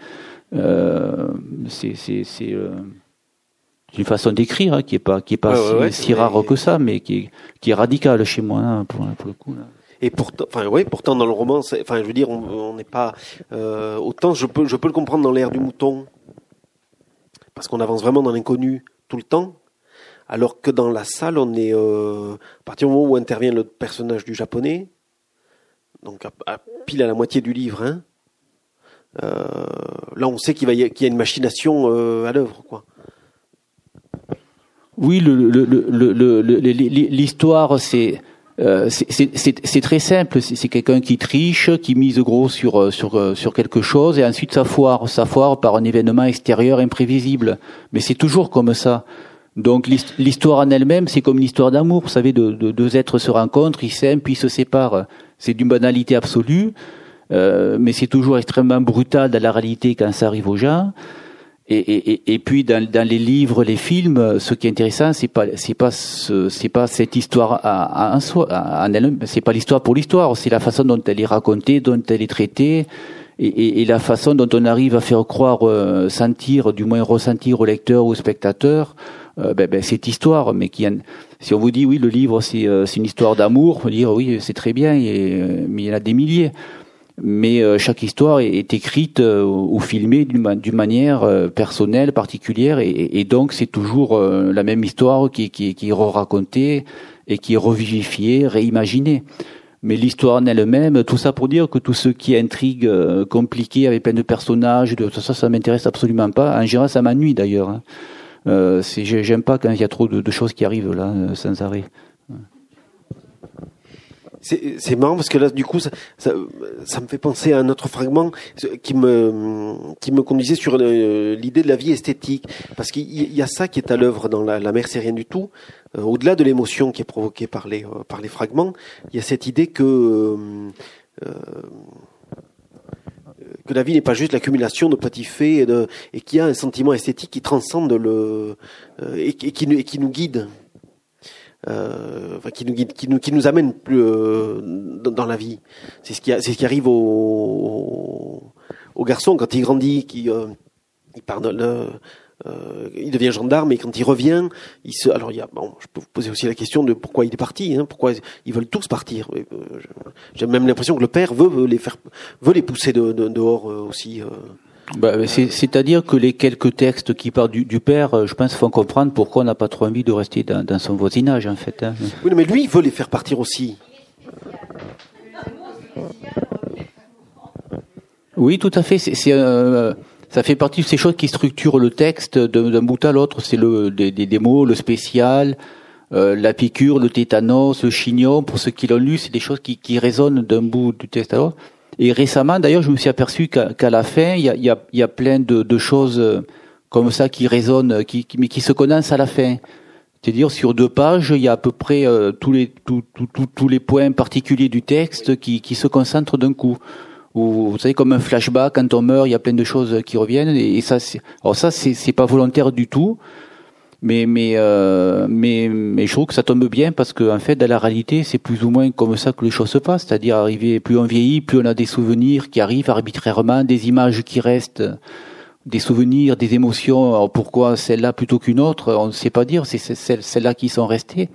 C'est une façon d'écrire qui est pas si rare que ça, mais qui est radicale chez moi, hein, pour le coup. Là. Et pourtant dans le roman, je veux dire, on n'est pas autant. Je peux le comprendre dans l'ère du mouton, parce qu'on avance vraiment dans l'inconnu tout le temps. Alors que dans la salle, on est à partir du moment où intervient le personnage du japonais, donc pile à la moitié du livre, hein, là on sait qu'il y a une machination à l'œuvre, quoi. Oui, l'histoire, c'est très simple. C'est quelqu'un qui triche, qui mise gros sur quelque chose, et ensuite ça foire par un événement extérieur imprévisible. Mais c'est toujours comme ça. Donc l'histoire en elle-même, c'est comme une histoire d'amour. Vous savez, deux êtres se rencontrent, ils s'aiment, puis ils se séparent. C'est d'une banalité absolue, mais c'est toujours extrêmement brutal dans la réalité quand ça arrive aux gens. Et puis dans les livres, les films, ce qui est intéressant, c'est pas cette histoire en soi, en elle-même. C'est pas l'histoire pour l'histoire, c'est la façon dont elle est racontée, dont elle est traitée. Et la façon dont on arrive à faire croire, sentir, du moins ressentir au lecteur ou au spectateur, cette histoire. Mais si on vous dit oui, le livre c'est une histoire d'amour, on va dire oui, c'est très bien, mais il y en a des milliers. Mais chaque histoire est écrite ou filmée d'une manière personnelle, particulière, et donc c'est toujours la même histoire qui est re-racontée et qui est revivifiée, réimaginée. Mais l'histoire en elle-même, tout ça pour dire que tout ce qui est intrigue compliquée avec plein de personnages, tout ça m'intéresse absolument pas. En général, ça m'ennuie d'ailleurs. Hein. J'aime pas quand il y a trop de choses qui arrivent là sans arrêt. C'est marrant parce que là, du coup, ça me fait penser à un autre fragment qui me conduisait sur l'idée de la vie esthétique, parce qu'il y a ça qui est à l'œuvre dans la mer, c'est rien du tout. Au-delà de l'émotion qui est provoquée par les fragments, il y a cette idée que la vie n'est pas juste l'accumulation de petits faits et qu'il y a un sentiment esthétique qui transcende et qui nous guide. Qui nous amène plus dans la vie. C'est ce qui arrive au garçon quand il grandit, il pardonne, il devient gendarme, et quand il revient, alors je peux vous poser aussi la question de pourquoi il est parti, hein, pourquoi ils veulent tous partir. J'ai même l'impression que le père veut les pousser dehors aussi. C'est-à-dire que les quelques textes qui parlent du père, je pense, font comprendre pourquoi on n'a pas trop envie de rester dans son voisinage, en fait. Hein. Oui, mais lui, il veut les faire partir aussi. Oui, tout à fait. Ça fait partie de ces choses qui structurent le texte d'un bout à l'autre. C'est des mots, le spécial, la piqûre, le tétanos, le chignon. Pour ceux qui l'ont lu, c'est des choses qui résonnent d'un bout du texte à l'autre. Et récemment, d'ailleurs, je me suis aperçu qu'à la fin, il y a plein de choses comme ça qui résonnent, mais qui se condensent à la fin. C'est-à-dire sur 2 pages, il y a à peu près tous les points particuliers du texte qui se concentrent d'un coup. Ou vous savez, comme un flashback, quand on meurt, il y a plein de choses qui reviennent. Et ça, c'est pas volontaire du tout. Mais je trouve que ça tombe bien parce que en fait, dans la réalité, c'est plus ou moins comme ça que les choses se passent. C'est-à-dire arriver, plus on vieillit, plus on a des souvenirs qui arrivent arbitrairement, des images qui restent, des souvenirs, des émotions. Alors pourquoi celle-là plutôt qu'une autre, on ne sait pas dire. C'est celles-là qui sont restées.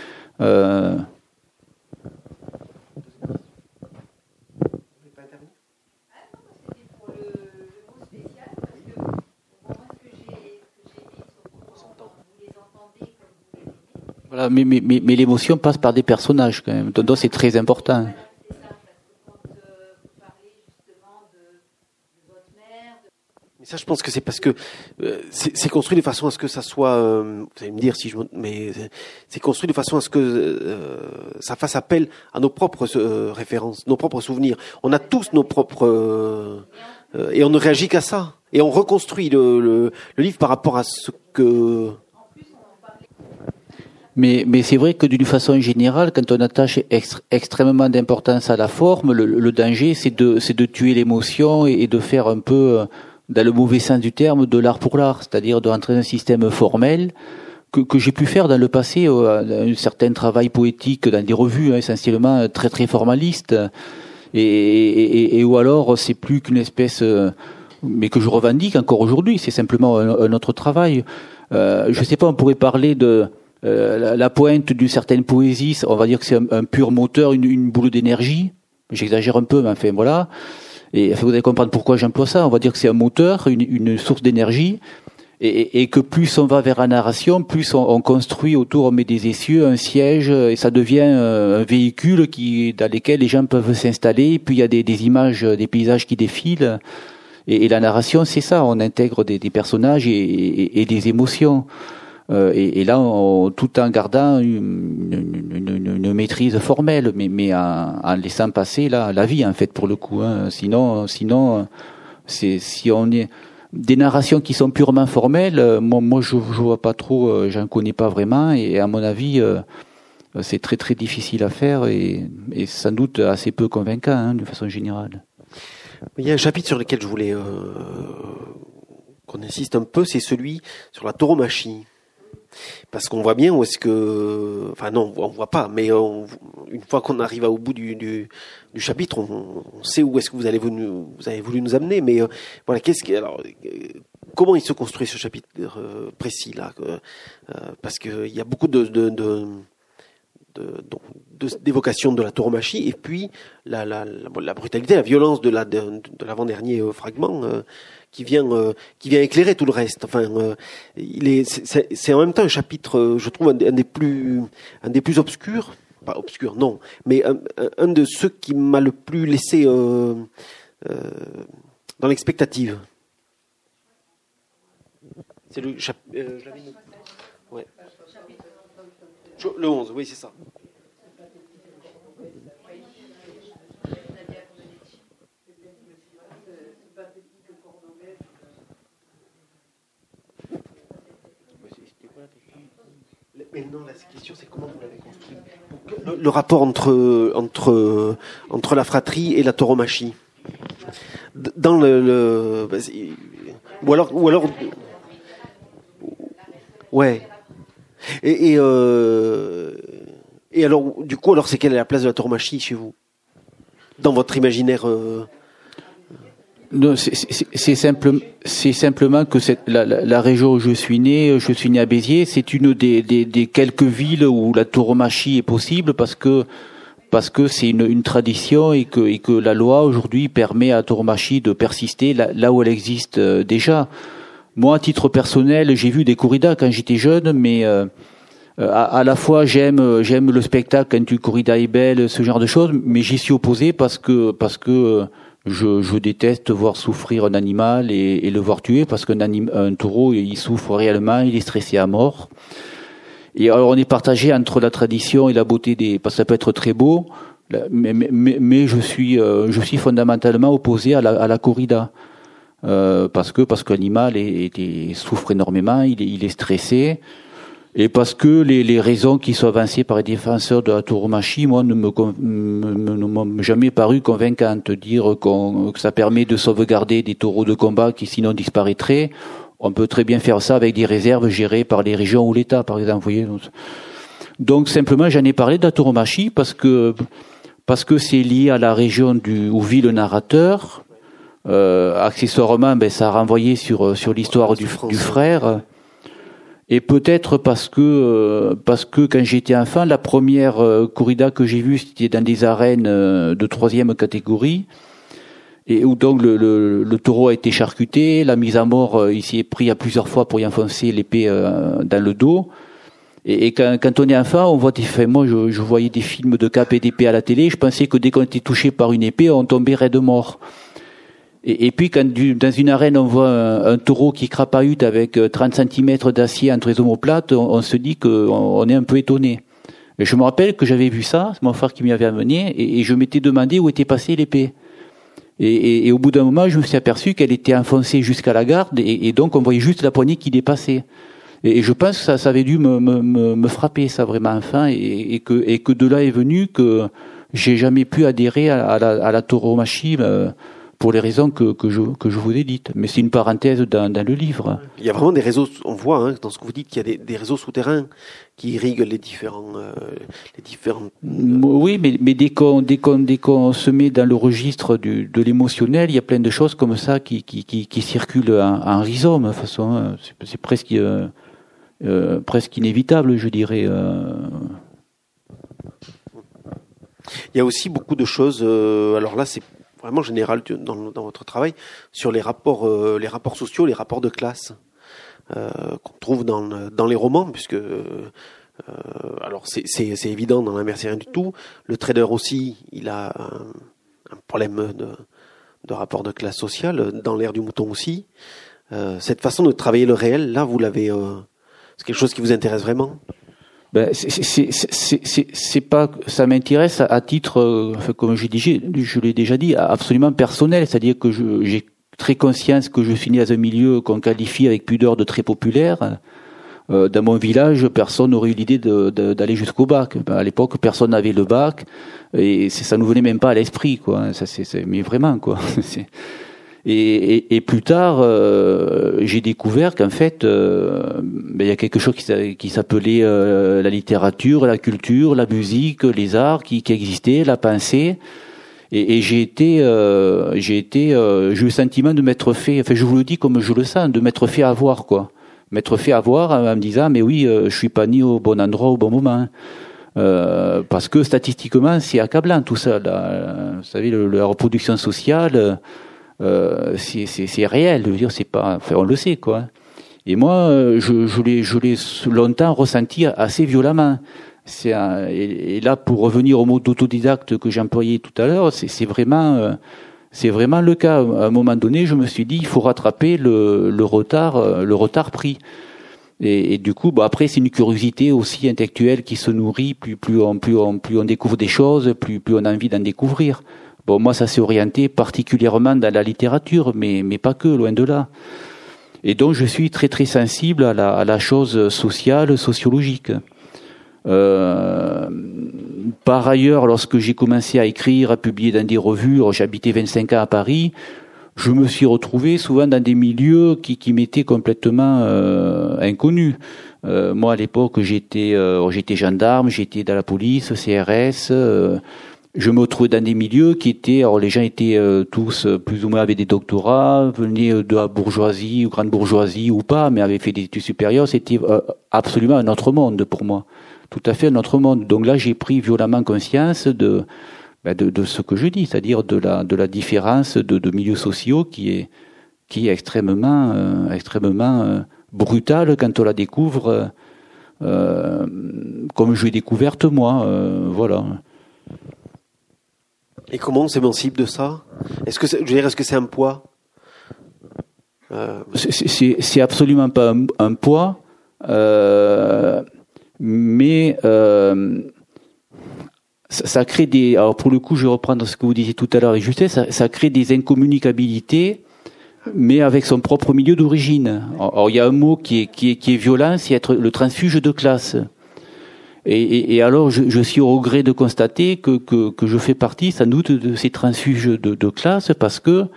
Voilà, mais l'émotion passe par des personnages quand même. Donc c'est très important. Mais ça, je pense que c'est parce que c'est construit de façon à ce que ça soit. Vous allez me dire si je, mais c'est construit de façon à ce que ça fasse appel à nos propres références, nos propres souvenirs. On a tous nos propres et on ne réagit qu'à ça. Et on reconstruit le livre par rapport à ce que. Mais c'est vrai que d'une façon générale, quand on attache extrêmement d'importance à la forme, le danger, c'est de tuer l'émotion et de faire un peu, dans le mauvais sens du terme, de l'art pour l'art, c'est-à-dire de rentrer dans un système formel que j'ai pu faire dans le passé, un certain travail poétique dans des revues essentiellement très très formalistes, et ou alors c'est plus qu'une espèce, mais que je revendique encore aujourd'hui, c'est simplement un autre travail. Je sais pas, on pourrait parler de la pointe d'une certaine poésie, on va dire que c'est un pur moteur, une boule d'énergie. J'exagère un peu, mais enfin voilà. Et vous allez comprendre pourquoi j'emploie ça. On va dire que c'est un moteur, une source d'énergie, et que plus on va vers la narration, plus on construit autour, on met des essieux, un siège, et ça devient un véhicule dans lequel les gens peuvent s'installer. Et puis il y a des images, des paysages qui défilent. Et la narration, c'est ça. On intègre des personnages et des émotions. Et là, tout en gardant une maîtrise formelle, mais en laissant passer la vie en fait pour le coup. Hein. Sinon, si on est des narrations qui sont purement formelles, moi je vois pas trop, j'en connais pas vraiment, et à mon avis, c'est très très difficile à faire et sans doute assez peu convaincant de façon générale. Il y a un chapitre sur lequel je voulais qu'on insiste un peu, c'est celui sur la tauromachie. Parce qu'on voit bien où est-ce que, enfin non, on voit pas, mais une fois qu'on arrive au bout du chapitre, on sait où est-ce que vous avez voulu nous amener. Mais voilà, comment il se construit ce chapitre précis là parce que il y a beaucoup d'évocation de la tauromachie et puis la brutalité, la violence de l'avant-dernier fragment. Qui vient éclairer tout le reste. Enfin, c'est en même temps un chapitre, je trouve un des plus obscurs, pas obscur, non, mais un de ceux qui m'a le plus laissé dans l'expectative. C'est le chapitre. Ouais. Le 11, oui, c'est ça. Mais non, la question c'est comment vous l'avez construit. Le rapport entre la fratrie et la tauromachie. Dans ou alors ouais. Et alors du coup c'est quelle est la place de la tauromachie chez vous dans votre imaginaire Non, c'est simplement que la région où je suis né à Béziers, c'est une des quelques villes où la tauromachie est possible parce que c'est une tradition et que la loi aujourd'hui permet à la tauromachie de persister là où elle existe déjà. Moi, à titre personnel, j'ai vu des corridas quand j'étais jeune, mais à la fois j'aime le spectacle quand une corrida est belle, ce genre de choses, mais j'y suis opposé parce que je déteste voir souffrir un animal et le voir tuer parce qu'un taureau, il souffre réellement, il est stressé à mort. Et alors on est partagé entre la tradition et la beauté parce que ça peut être très beau, mais je suis fondamentalement opposé à la corrida. Parce que l'animal souffre énormément, il est stressé. Et parce que les raisons qui sont avancées par les défenseurs de la tauromachie, moi, ne m'ont jamais paru convaincantes. Dire que ça permet de sauvegarder des taureaux de combat qui sinon disparaîtraient, on peut très bien faire ça avec des réserves gérées par les régions ou l'État, par exemple. Vous voyez. Donc simplement, j'en ai parlé de la tauromachie parce que c'est lié à la région où vit le narrateur. Accessoirement, ça a renvoyé sur l'histoire du frère. Et peut-être parce que quand j'étais enfant, la première corrida que j'ai vue, c'était dans des arènes de 3e catégorie, et où donc le taureau a été charcuté, la mise à mort, il s'y est pris à plusieurs fois pour y enfoncer l'épée dans le dos. Et quand on est enfant, on voit moi je voyais des films de cap et d'épée à la télé, je pensais que dès qu'on était touché par une épée, on tombait raide mort. Et puis quand dans une arène on voit un taureau qui crapahute avec 30 cm d'acier entre les omoplates, on se dit qu'on est un peu étonné. Et je me rappelle que j'avais vu ça, c'est mon frère qui m'y avait amené, et je m'étais demandé où était passée l'épée. Et au bout d'un moment, je me suis aperçu qu'elle était enfoncée jusqu'à la garde, et donc on voyait juste la poignée qui dépassait. Et je pense que ça avait dû me frapper, ça, vraiment, enfin, et que de là est venu que j'ai jamais pu adhérer à la tauromachie, pour les raisons que je vous ai dites. Mais c'est une parenthèse dans le livre. Il y a vraiment des réseaux, on voit dans ce que vous dites qu'il y a des réseaux souterrains qui irriguent les différents. Oui, mais dès qu'on se met dans le registre de l'émotionnel, il y a plein de choses comme ça qui circulent en rhizome. De toute façon, c'est presque inévitable, je dirais. Il y a aussi beaucoup de choses. Alors là, c'est vraiment général dans votre travail sur les rapports sociaux, les rapports de classe qu'on trouve dans les romans, puisque alors c'est évident dans La mer c'est rien du tout. Le trader aussi, il a un problème de rapport de classe sociale. Dans L'Air du mouton aussi. Cette façon de travailler le réel, là, vous l'avez. C'est quelque chose qui vous intéresse vraiment? C'est pas, ça m'intéresse à titre, comme je l'ai déjà dit, absolument personnel. C'est-à-dire que j'ai très conscience que je suis né dans un milieu qu'on qualifie avec pudeur de très populaire. Dans mon village, personne n'aurait eu l'idée d'aller jusqu'au bac. À l'époque, personne n'avait le bac et ça nous venait même pas à l'esprit, quoi. Mais vraiment, quoi. Et plus tard, j'ai découvert qu'en fait, il y a quelque chose qui s'appelait la littérature, la culture, la musique, les arts qui existaient, la pensée. Et j'ai eu le sentiment de m'être fait, enfin je vous le dis comme je le sens, de m'être fait avoir, quoi. M'être fait avoir en me disant, mais oui, je suis pas né au bon endroit au bon moment. Parce que statistiquement, c'est accablant tout ça. Vous savez, la reproduction sociale. C'est réel, je veux dire, c'est pas, enfin, on le sait, quoi. Et moi, je l'ai longtemps ressenti assez violemment. Et là, pour revenir au mot d'autodidacte que j'ai employé tout à l'heure, c'est vraiment le cas. À un moment donné, je me suis dit, il faut rattraper le retard pris. Et du coup, après, c'est une curiosité aussi intellectuelle qui se nourrit. Plus on découvre des choses, plus on a envie d'en découvrir. Bon, moi, ça s'est orienté particulièrement dans la littérature, mais pas que, loin de là. Et donc, je suis très très sensible à la chose sociale, sociologique. Par ailleurs, lorsque j'ai commencé à écrire, à publier dans des revues, j'habitais 25 ans à Paris, je me suis retrouvé souvent dans des milieux qui m'étaient complètement inconnus. Moi, à l'époque, j'étais gendarme, j'étais dans la police, CRS. Je me retrouvais dans des milieux qui étaient, alors les gens étaient tous plus ou moins avec des doctorats, venaient de la bourgeoisie ou grande bourgeoisie ou pas, mais avaient fait des études supérieures. C'était absolument un autre monde pour moi, tout à fait un autre monde. Donc là, j'ai pris violemment conscience de ce que je dis, c'est-à-dire de la différence de milieux sociaux qui est extrêmement brutale quand on la découvre, comme je l'ai découverte moi, voilà. Et comment on s'émancipe de ça? Est-ce que c'est un poids? C'est absolument pas un poids, mais ça crée des. Alors pour le coup, je vais reprendre ce que vous disiez tout à l'heure et juste, ça crée des incommunicabilités mais avec son propre milieu d'origine. Alors, il y a un mot qui est violent, c'est être le transfuge de classe. Et alors, je suis au regret de constater que je fais partie, sans doute, de ces transfuges de classe, parce que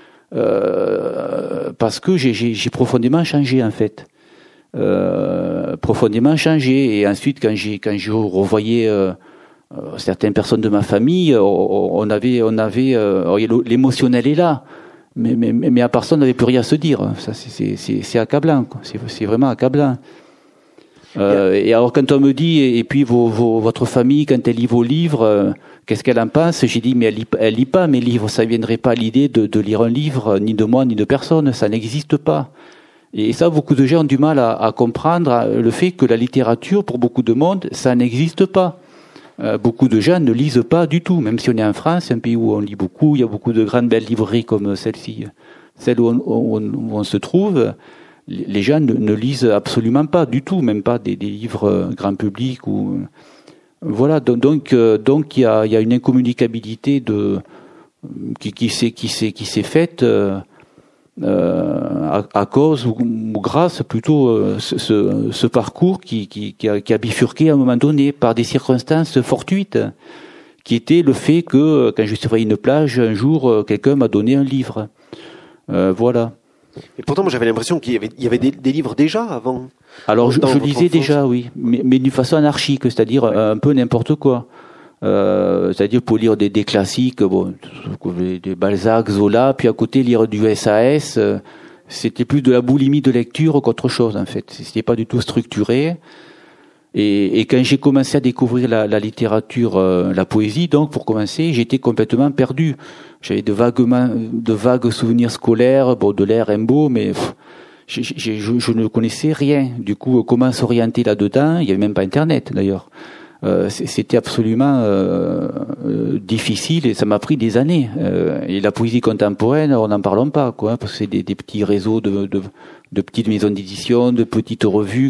j'ai profondément changé, en fait. Profondément changé. Et ensuite, quand je revoyais certaines personnes de ma famille, on avait l'émotionnel est là. Mais à part ça, on n'avait plus rien à se dire. Ça, c'est accablant, quoi. C'est vraiment accablant. Et alors quand on me dit, et puis votre famille, quand elle lit vos livres, qu'est-ce qu'elle en pense? J'ai dit, mais elle lit pas mes livres, ça ne viendrait pas à l'idée de lire un livre, ni de moi, ni de personne, ça n'existe pas. Et ça, beaucoup de gens ont du mal à comprendre le fait que la littérature, pour beaucoup de monde, ça n'existe pas. Beaucoup de gens ne lisent pas du tout, même si on est en France, un pays où on lit beaucoup, il y a beaucoup de grandes belles librairies comme celle-ci, celle où on se trouve. Les gens ne lisent absolument pas du tout, même pas des livres grand public ou voilà. Donc il y a une incommunicabilité qui s'est faite à cause ou grâce plutôt ce parcours qui a bifurqué à un moment donné par des circonstances fortuites, qui était le fait que quand je surveillais une plage un jour quelqu'un m'a donné un livre, voilà. Et pourtant, moi, j'avais l'impression qu'il y avait des livres déjà avant. Alors, je lisais déjà, oui, mais d'une façon anarchique, c'est-à-dire un peu n'importe quoi. C'est-à-dire pour lire des classiques, bon, des Balzac, Zola, puis à côté lire du SAS. C'était plus de la boulimie de lecture qu'autre chose, en fait. C'était pas du tout structuré. Et quand j'ai commencé à découvrir la littérature, la poésie, donc pour commencer, j'étais complètement perdu. J'avais de vagues souvenirs scolaires, Baudelaire, Rimbaud, mais je ne connaissais rien. Du coup, comment s'orienter là-dedans? Il y avait même pas Internet, d'ailleurs. C'était absolument difficile et ça m'a pris des années. Et la poésie contemporaine, on n'en parlons pas, quoi, parce que c'est des petits réseaux de petites maisons d'édition, de petites revues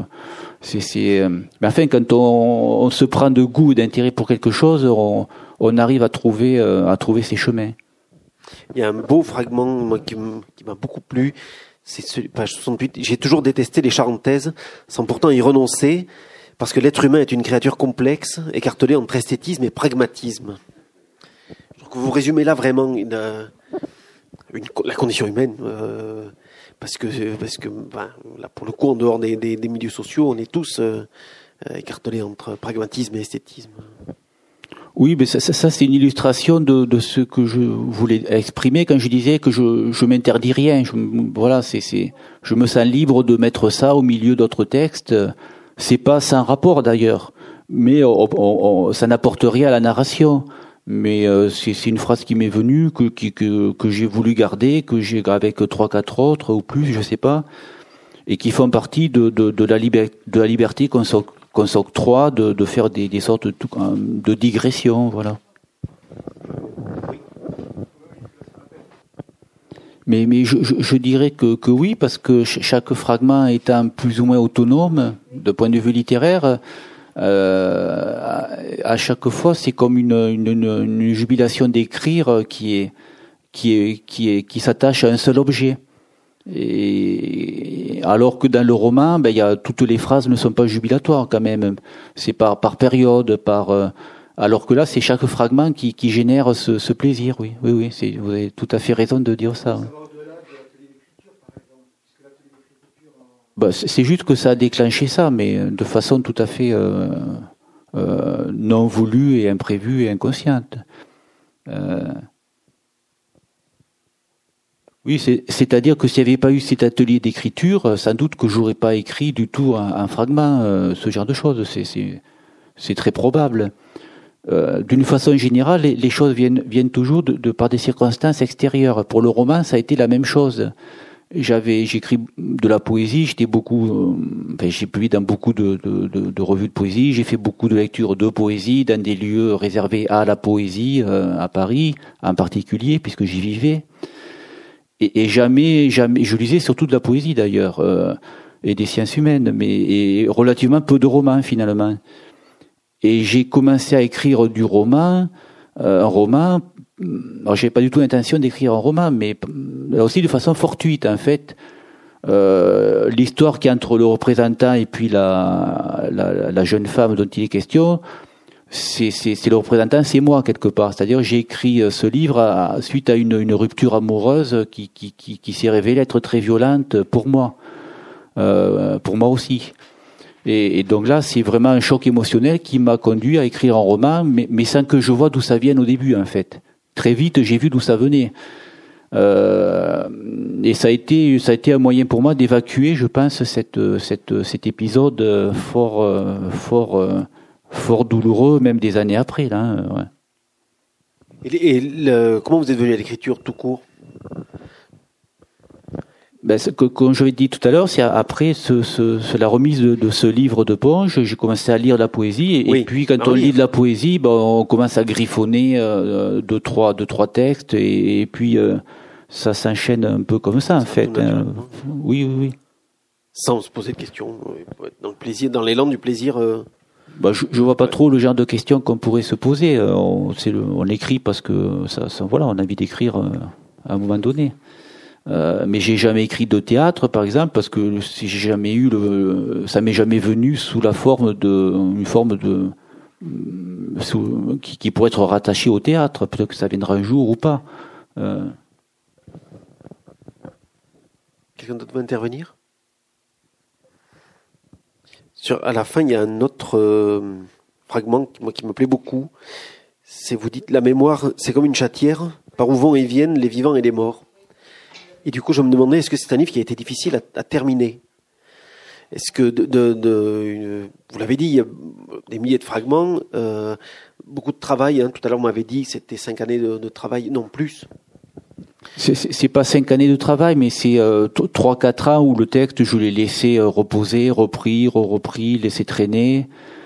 mais enfin, quand on se prend de goût et d'intérêt pour quelque chose, on arrive à trouver ses chemins. Il y a un beau fragment moi, qui m'a beaucoup plu, c'est page 68. J'ai toujours détesté les charentaises, sans pourtant y renoncer, parce que l'être humain est une créature complexe, écartelée entre esthétisme et pragmatisme. Donc vous résumez là vraiment la condition humaine. Parce que là pour le coup en dehors des milieux sociaux on est tous écartelés entre pragmatisme et esthétisme. Oui, mais ça c'est une illustration de ce que je voulais exprimer quand je disais que je m'interdis rien. Je me sens libre de mettre ça au milieu d'autres textes. C'est pas sans rapport d'ailleurs, mais ça n'apporte rien à la narration. Mais c'est une phrase qui m'est venue, que j'ai voulu garder, que j'ai avec 3-4 autres ou plus, je sais pas, et qui font partie de la liberté qu'on s'octroie de faire des sortes de digressions, voilà. Mais je dirais que oui, parce que chaque fragment étant plus ou moins autonome de point de vue littéraire. À chaque fois, c'est comme une jubilation d'écrire qui s'attache à un seul objet. Et alors que dans le roman, toutes les phrases ne sont pas jubilatoires quand même. C'est par période, alors que là, c'est chaque fragment qui génère ce plaisir. Oui, vous avez tout à fait raison de dire ça. C'est juste que ça a déclenché ça, mais de façon tout à fait non voulue et imprévue et inconsciente. Oui, c'est-à-dire que s'il n'y avait pas eu cet atelier d'écriture, sans doute que j'aurais pas écrit du tout un fragment, ce genre de choses. C'est très probable. D'une façon générale, les choses viennent toujours par des circonstances extérieures. Pour le roman, ça a été la même chose. J'écris de la poésie, j'ai publié dans beaucoup de revues de poésie, j'ai fait beaucoup de lectures de poésie dans des lieux réservés à la poésie, à Paris, en particulier, puisque j'y vivais. Et jamais, je lisais surtout de la poésie d'ailleurs, et des sciences humaines, et relativement peu de romans finalement. Et j'ai commencé à écrire un roman, alors j'avais pas du tout l'intention d'écrire un roman, mais aussi de façon fortuite en fait. L'histoire qui est entre le représentant et puis la jeune femme dont il est question, c'est le représentant, c'est moi quelque part. C'est-à-dire j'ai écrit ce livre suite à une rupture amoureuse qui s'est révélée être très violente pour moi aussi. Et donc là, c'est vraiment un choc émotionnel qui m'a conduit à écrire un roman, mais sans que je vois d'où ça vienne au début en fait. Très vite, j'ai vu d'où ça venait. Et ça a été un moyen pour moi d'évacuer, je pense, cet épisode fort douloureux, même des années après. Là, ouais. Comment vous êtes venu à l'écriture tout court? Comme je l'ai dit tout à l'heure, c'est après la remise de ce livre de Ponge, j'ai commencé à lire la poésie, et puis quand on lit de la poésie, on commence à griffonner deux, trois textes, et puis ça s'enchaîne un peu comme ça en fait. Oui. Sans se poser de questions, dans le plaisir, dans l'élan du plaisir. Je vois pas trop le genre de questions qu'on pourrait se poser. On écrit parce que on a envie d'écrire à un moment donné. Mais j'ai jamais écrit de théâtre, par exemple, parce que si j'ai jamais eu ça m'est jamais venu sous la forme qui pourrait être rattachée au théâtre. Peut-être que ça viendra un jour ou pas. Quelqu'un d'autre veut intervenir? À la fin, il y a un autre fragment qui me plaît beaucoup. C'est, vous dites, la mémoire, c'est comme une chatière, par où vont et viennent les vivants et les morts. Et du coup, je me demandais, est-ce que c'est un livre qui a été difficile à terminer? Est-ce que vous l'avez dit, il y a des milliers de fragments, beaucoup de travail. Tout à l'heure, on m'avait dit que c'était 5 années de travail, non plus. C'est pas 5 années de travail, mais c'est 3-4 ans où le texte, je l'ai laissé reposer, repris, laissé traîner.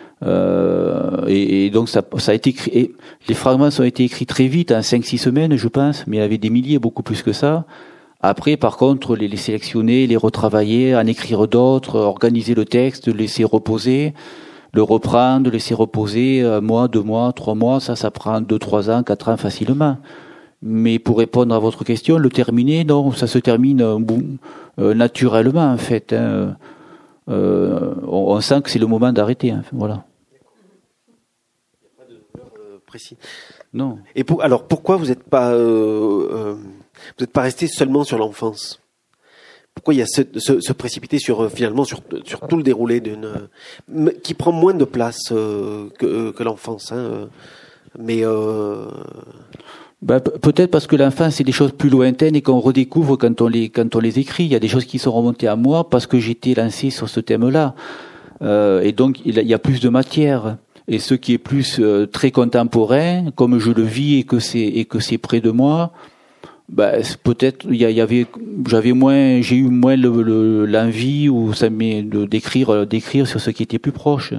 Et donc ça a été écrit, les fragments ont été écrits très vite, en 5-6 semaines, je pense, mais il y avait des milliers, beaucoup plus que ça. Après, par contre, les sélectionner, les retravailler, en écrire d'autres, organiser le texte, le laisser reposer, le reprendre, le laisser reposer, 1 mois, 2 mois, 3 mois, ça prend 2, 3 ans, 4 ans facilement. Mais pour répondre à votre question, le terminer, non, ça se termine naturellement, en fait. On sent que c'est le moment d'arrêter, hein, voilà. Il n'y a pas de précis. Non. Et alors, pourquoi vous n'êtes pas resté seulement sur l'enfance? Pourquoi il y a se précipiter finalement sur tout le déroulé qui prend moins de place que l'enfance, hein, mais peut-être parce que l'enfance c'est des choses plus lointaines et qu'on redécouvre quand on les écrit. Il y a des choses qui sont remontées à moi parce que j'étais lancé sur ce thème-là, et donc il y a plus de matière. Et ce qui est plus très contemporain, comme je le vis et que c'est près de moi, peut-être j'ai eu moins l'envie ou ça m'est d'écrire sur ce qui était plus proche.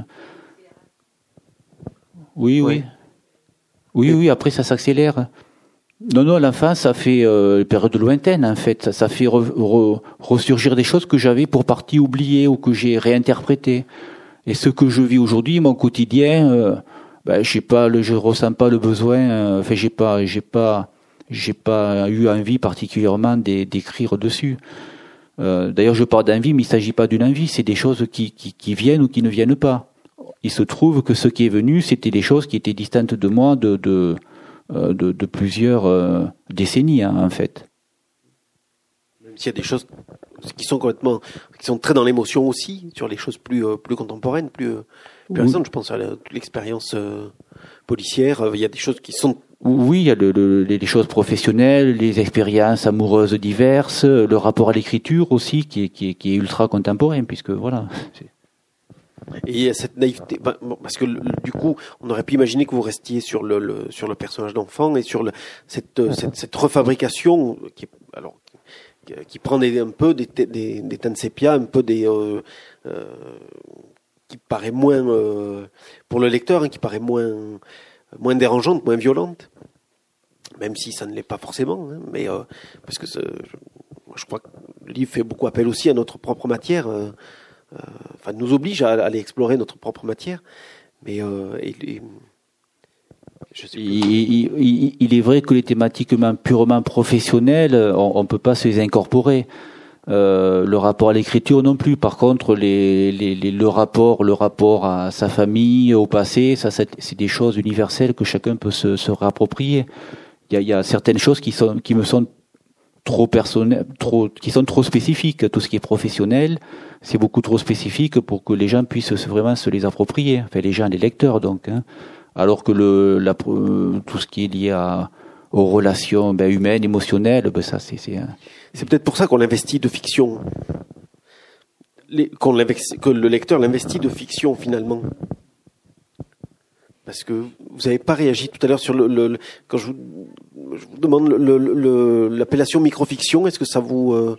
Oui. Après ça s'accélère. Non, l'enfance ça fait période lointaine en fait. Ça fait ressurgir des choses que j'avais pour partie oubliées ou que j'ai réinterprétées. Et ce que je vis aujourd'hui, mon quotidien, je ressens pas le besoin. J'ai pas eu envie particulièrement d'écrire dessus. D'ailleurs, je parle d'envie, mais il s'agit pas d'une envie. C'est des choses qui viennent ou qui ne viennent pas. Il se trouve que ce qui est venu, c'était des choses qui étaient distantes de moi de plusieurs décennies, hein, en fait. Même s'il y a des choses qui sont très dans l'émotion aussi, sur les choses plus contemporaines, plus récentes. Je pense à l'expérience policière. Il y a des choses qui sont... Oui, il y a les choses professionnelles, les expériences amoureuses diverses, le rapport à l'écriture aussi, qui est ultra contemporain, puisque voilà. Et il y a cette naïveté, parce que du coup, on aurait pu imaginer que vous restiez sur le personnage d'enfant et sur cette refabrication qui prend un peu des teintes de sépia, un peu qui paraît moins pour le lecteur, hein, qui paraît moins dérangeante, moins violente, même si ça ne l'est pas forcément, hein, mais parce que je crois que le livre fait beaucoup appel aussi à notre propre matière, nous oblige à aller explorer notre propre matière, mais Il est vrai que les thématiques purement professionnelles, on peut pas se les incorporer. Le rapport à l'écriture non plus. Par contre, le rapport à sa famille, au passé, ça c'est des choses universelles que chacun peut se réapproprier. Il y a certaines choses qui me sont trop personnelles, qui sont trop spécifiques. Tout ce qui est professionnel, c'est beaucoup trop spécifique pour que les gens puissent vraiment se les approprier. Enfin, les gens, les lecteurs, donc. Alors que tout ce qui est lié aux relations humaines, émotionnelles, ça c'est. C'est peut-être pour ça qu'on investit de fiction, que le lecteur l'investit de fiction finalement. Parce que vous n'avez pas réagi tout à l'heure sur quand je vous demande l'appellation microfiction, est-ce que ça vous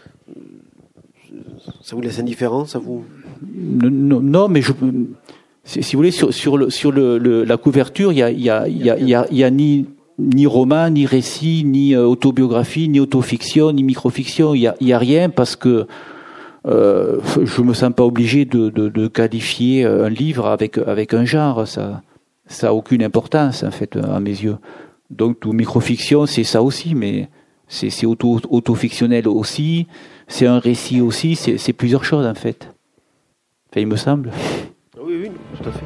laisse indifférent, ça vous? Non, mais si vous voulez, sur la couverture, il y a ni roman, ni récit, ni autobiographie, ni autofiction, ni microfiction. Il y a rien parce que je me sens pas obligé de qualifier un livre avec un genre. Ça a aucune importance en fait à mes yeux. Donc tout microfiction, c'est ça aussi, mais c'est autofictionnel aussi, c'est un récit aussi, c'est plusieurs choses en fait. Enfin, il me semble. Oui, tout à fait.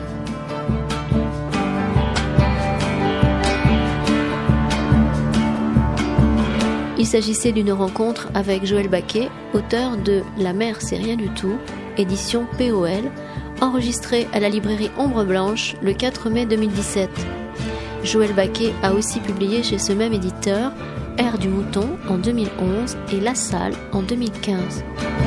Il s'agissait d'une rencontre avec Joël Baquet, auteur de La mer c'est rien du tout, édition POL, enregistrée à la librairie Ombre Blanche le 4 mai 2017. Joël Baquet a aussi publié chez ce même éditeur Air du Mouton en 2011 et La Salle en 2015.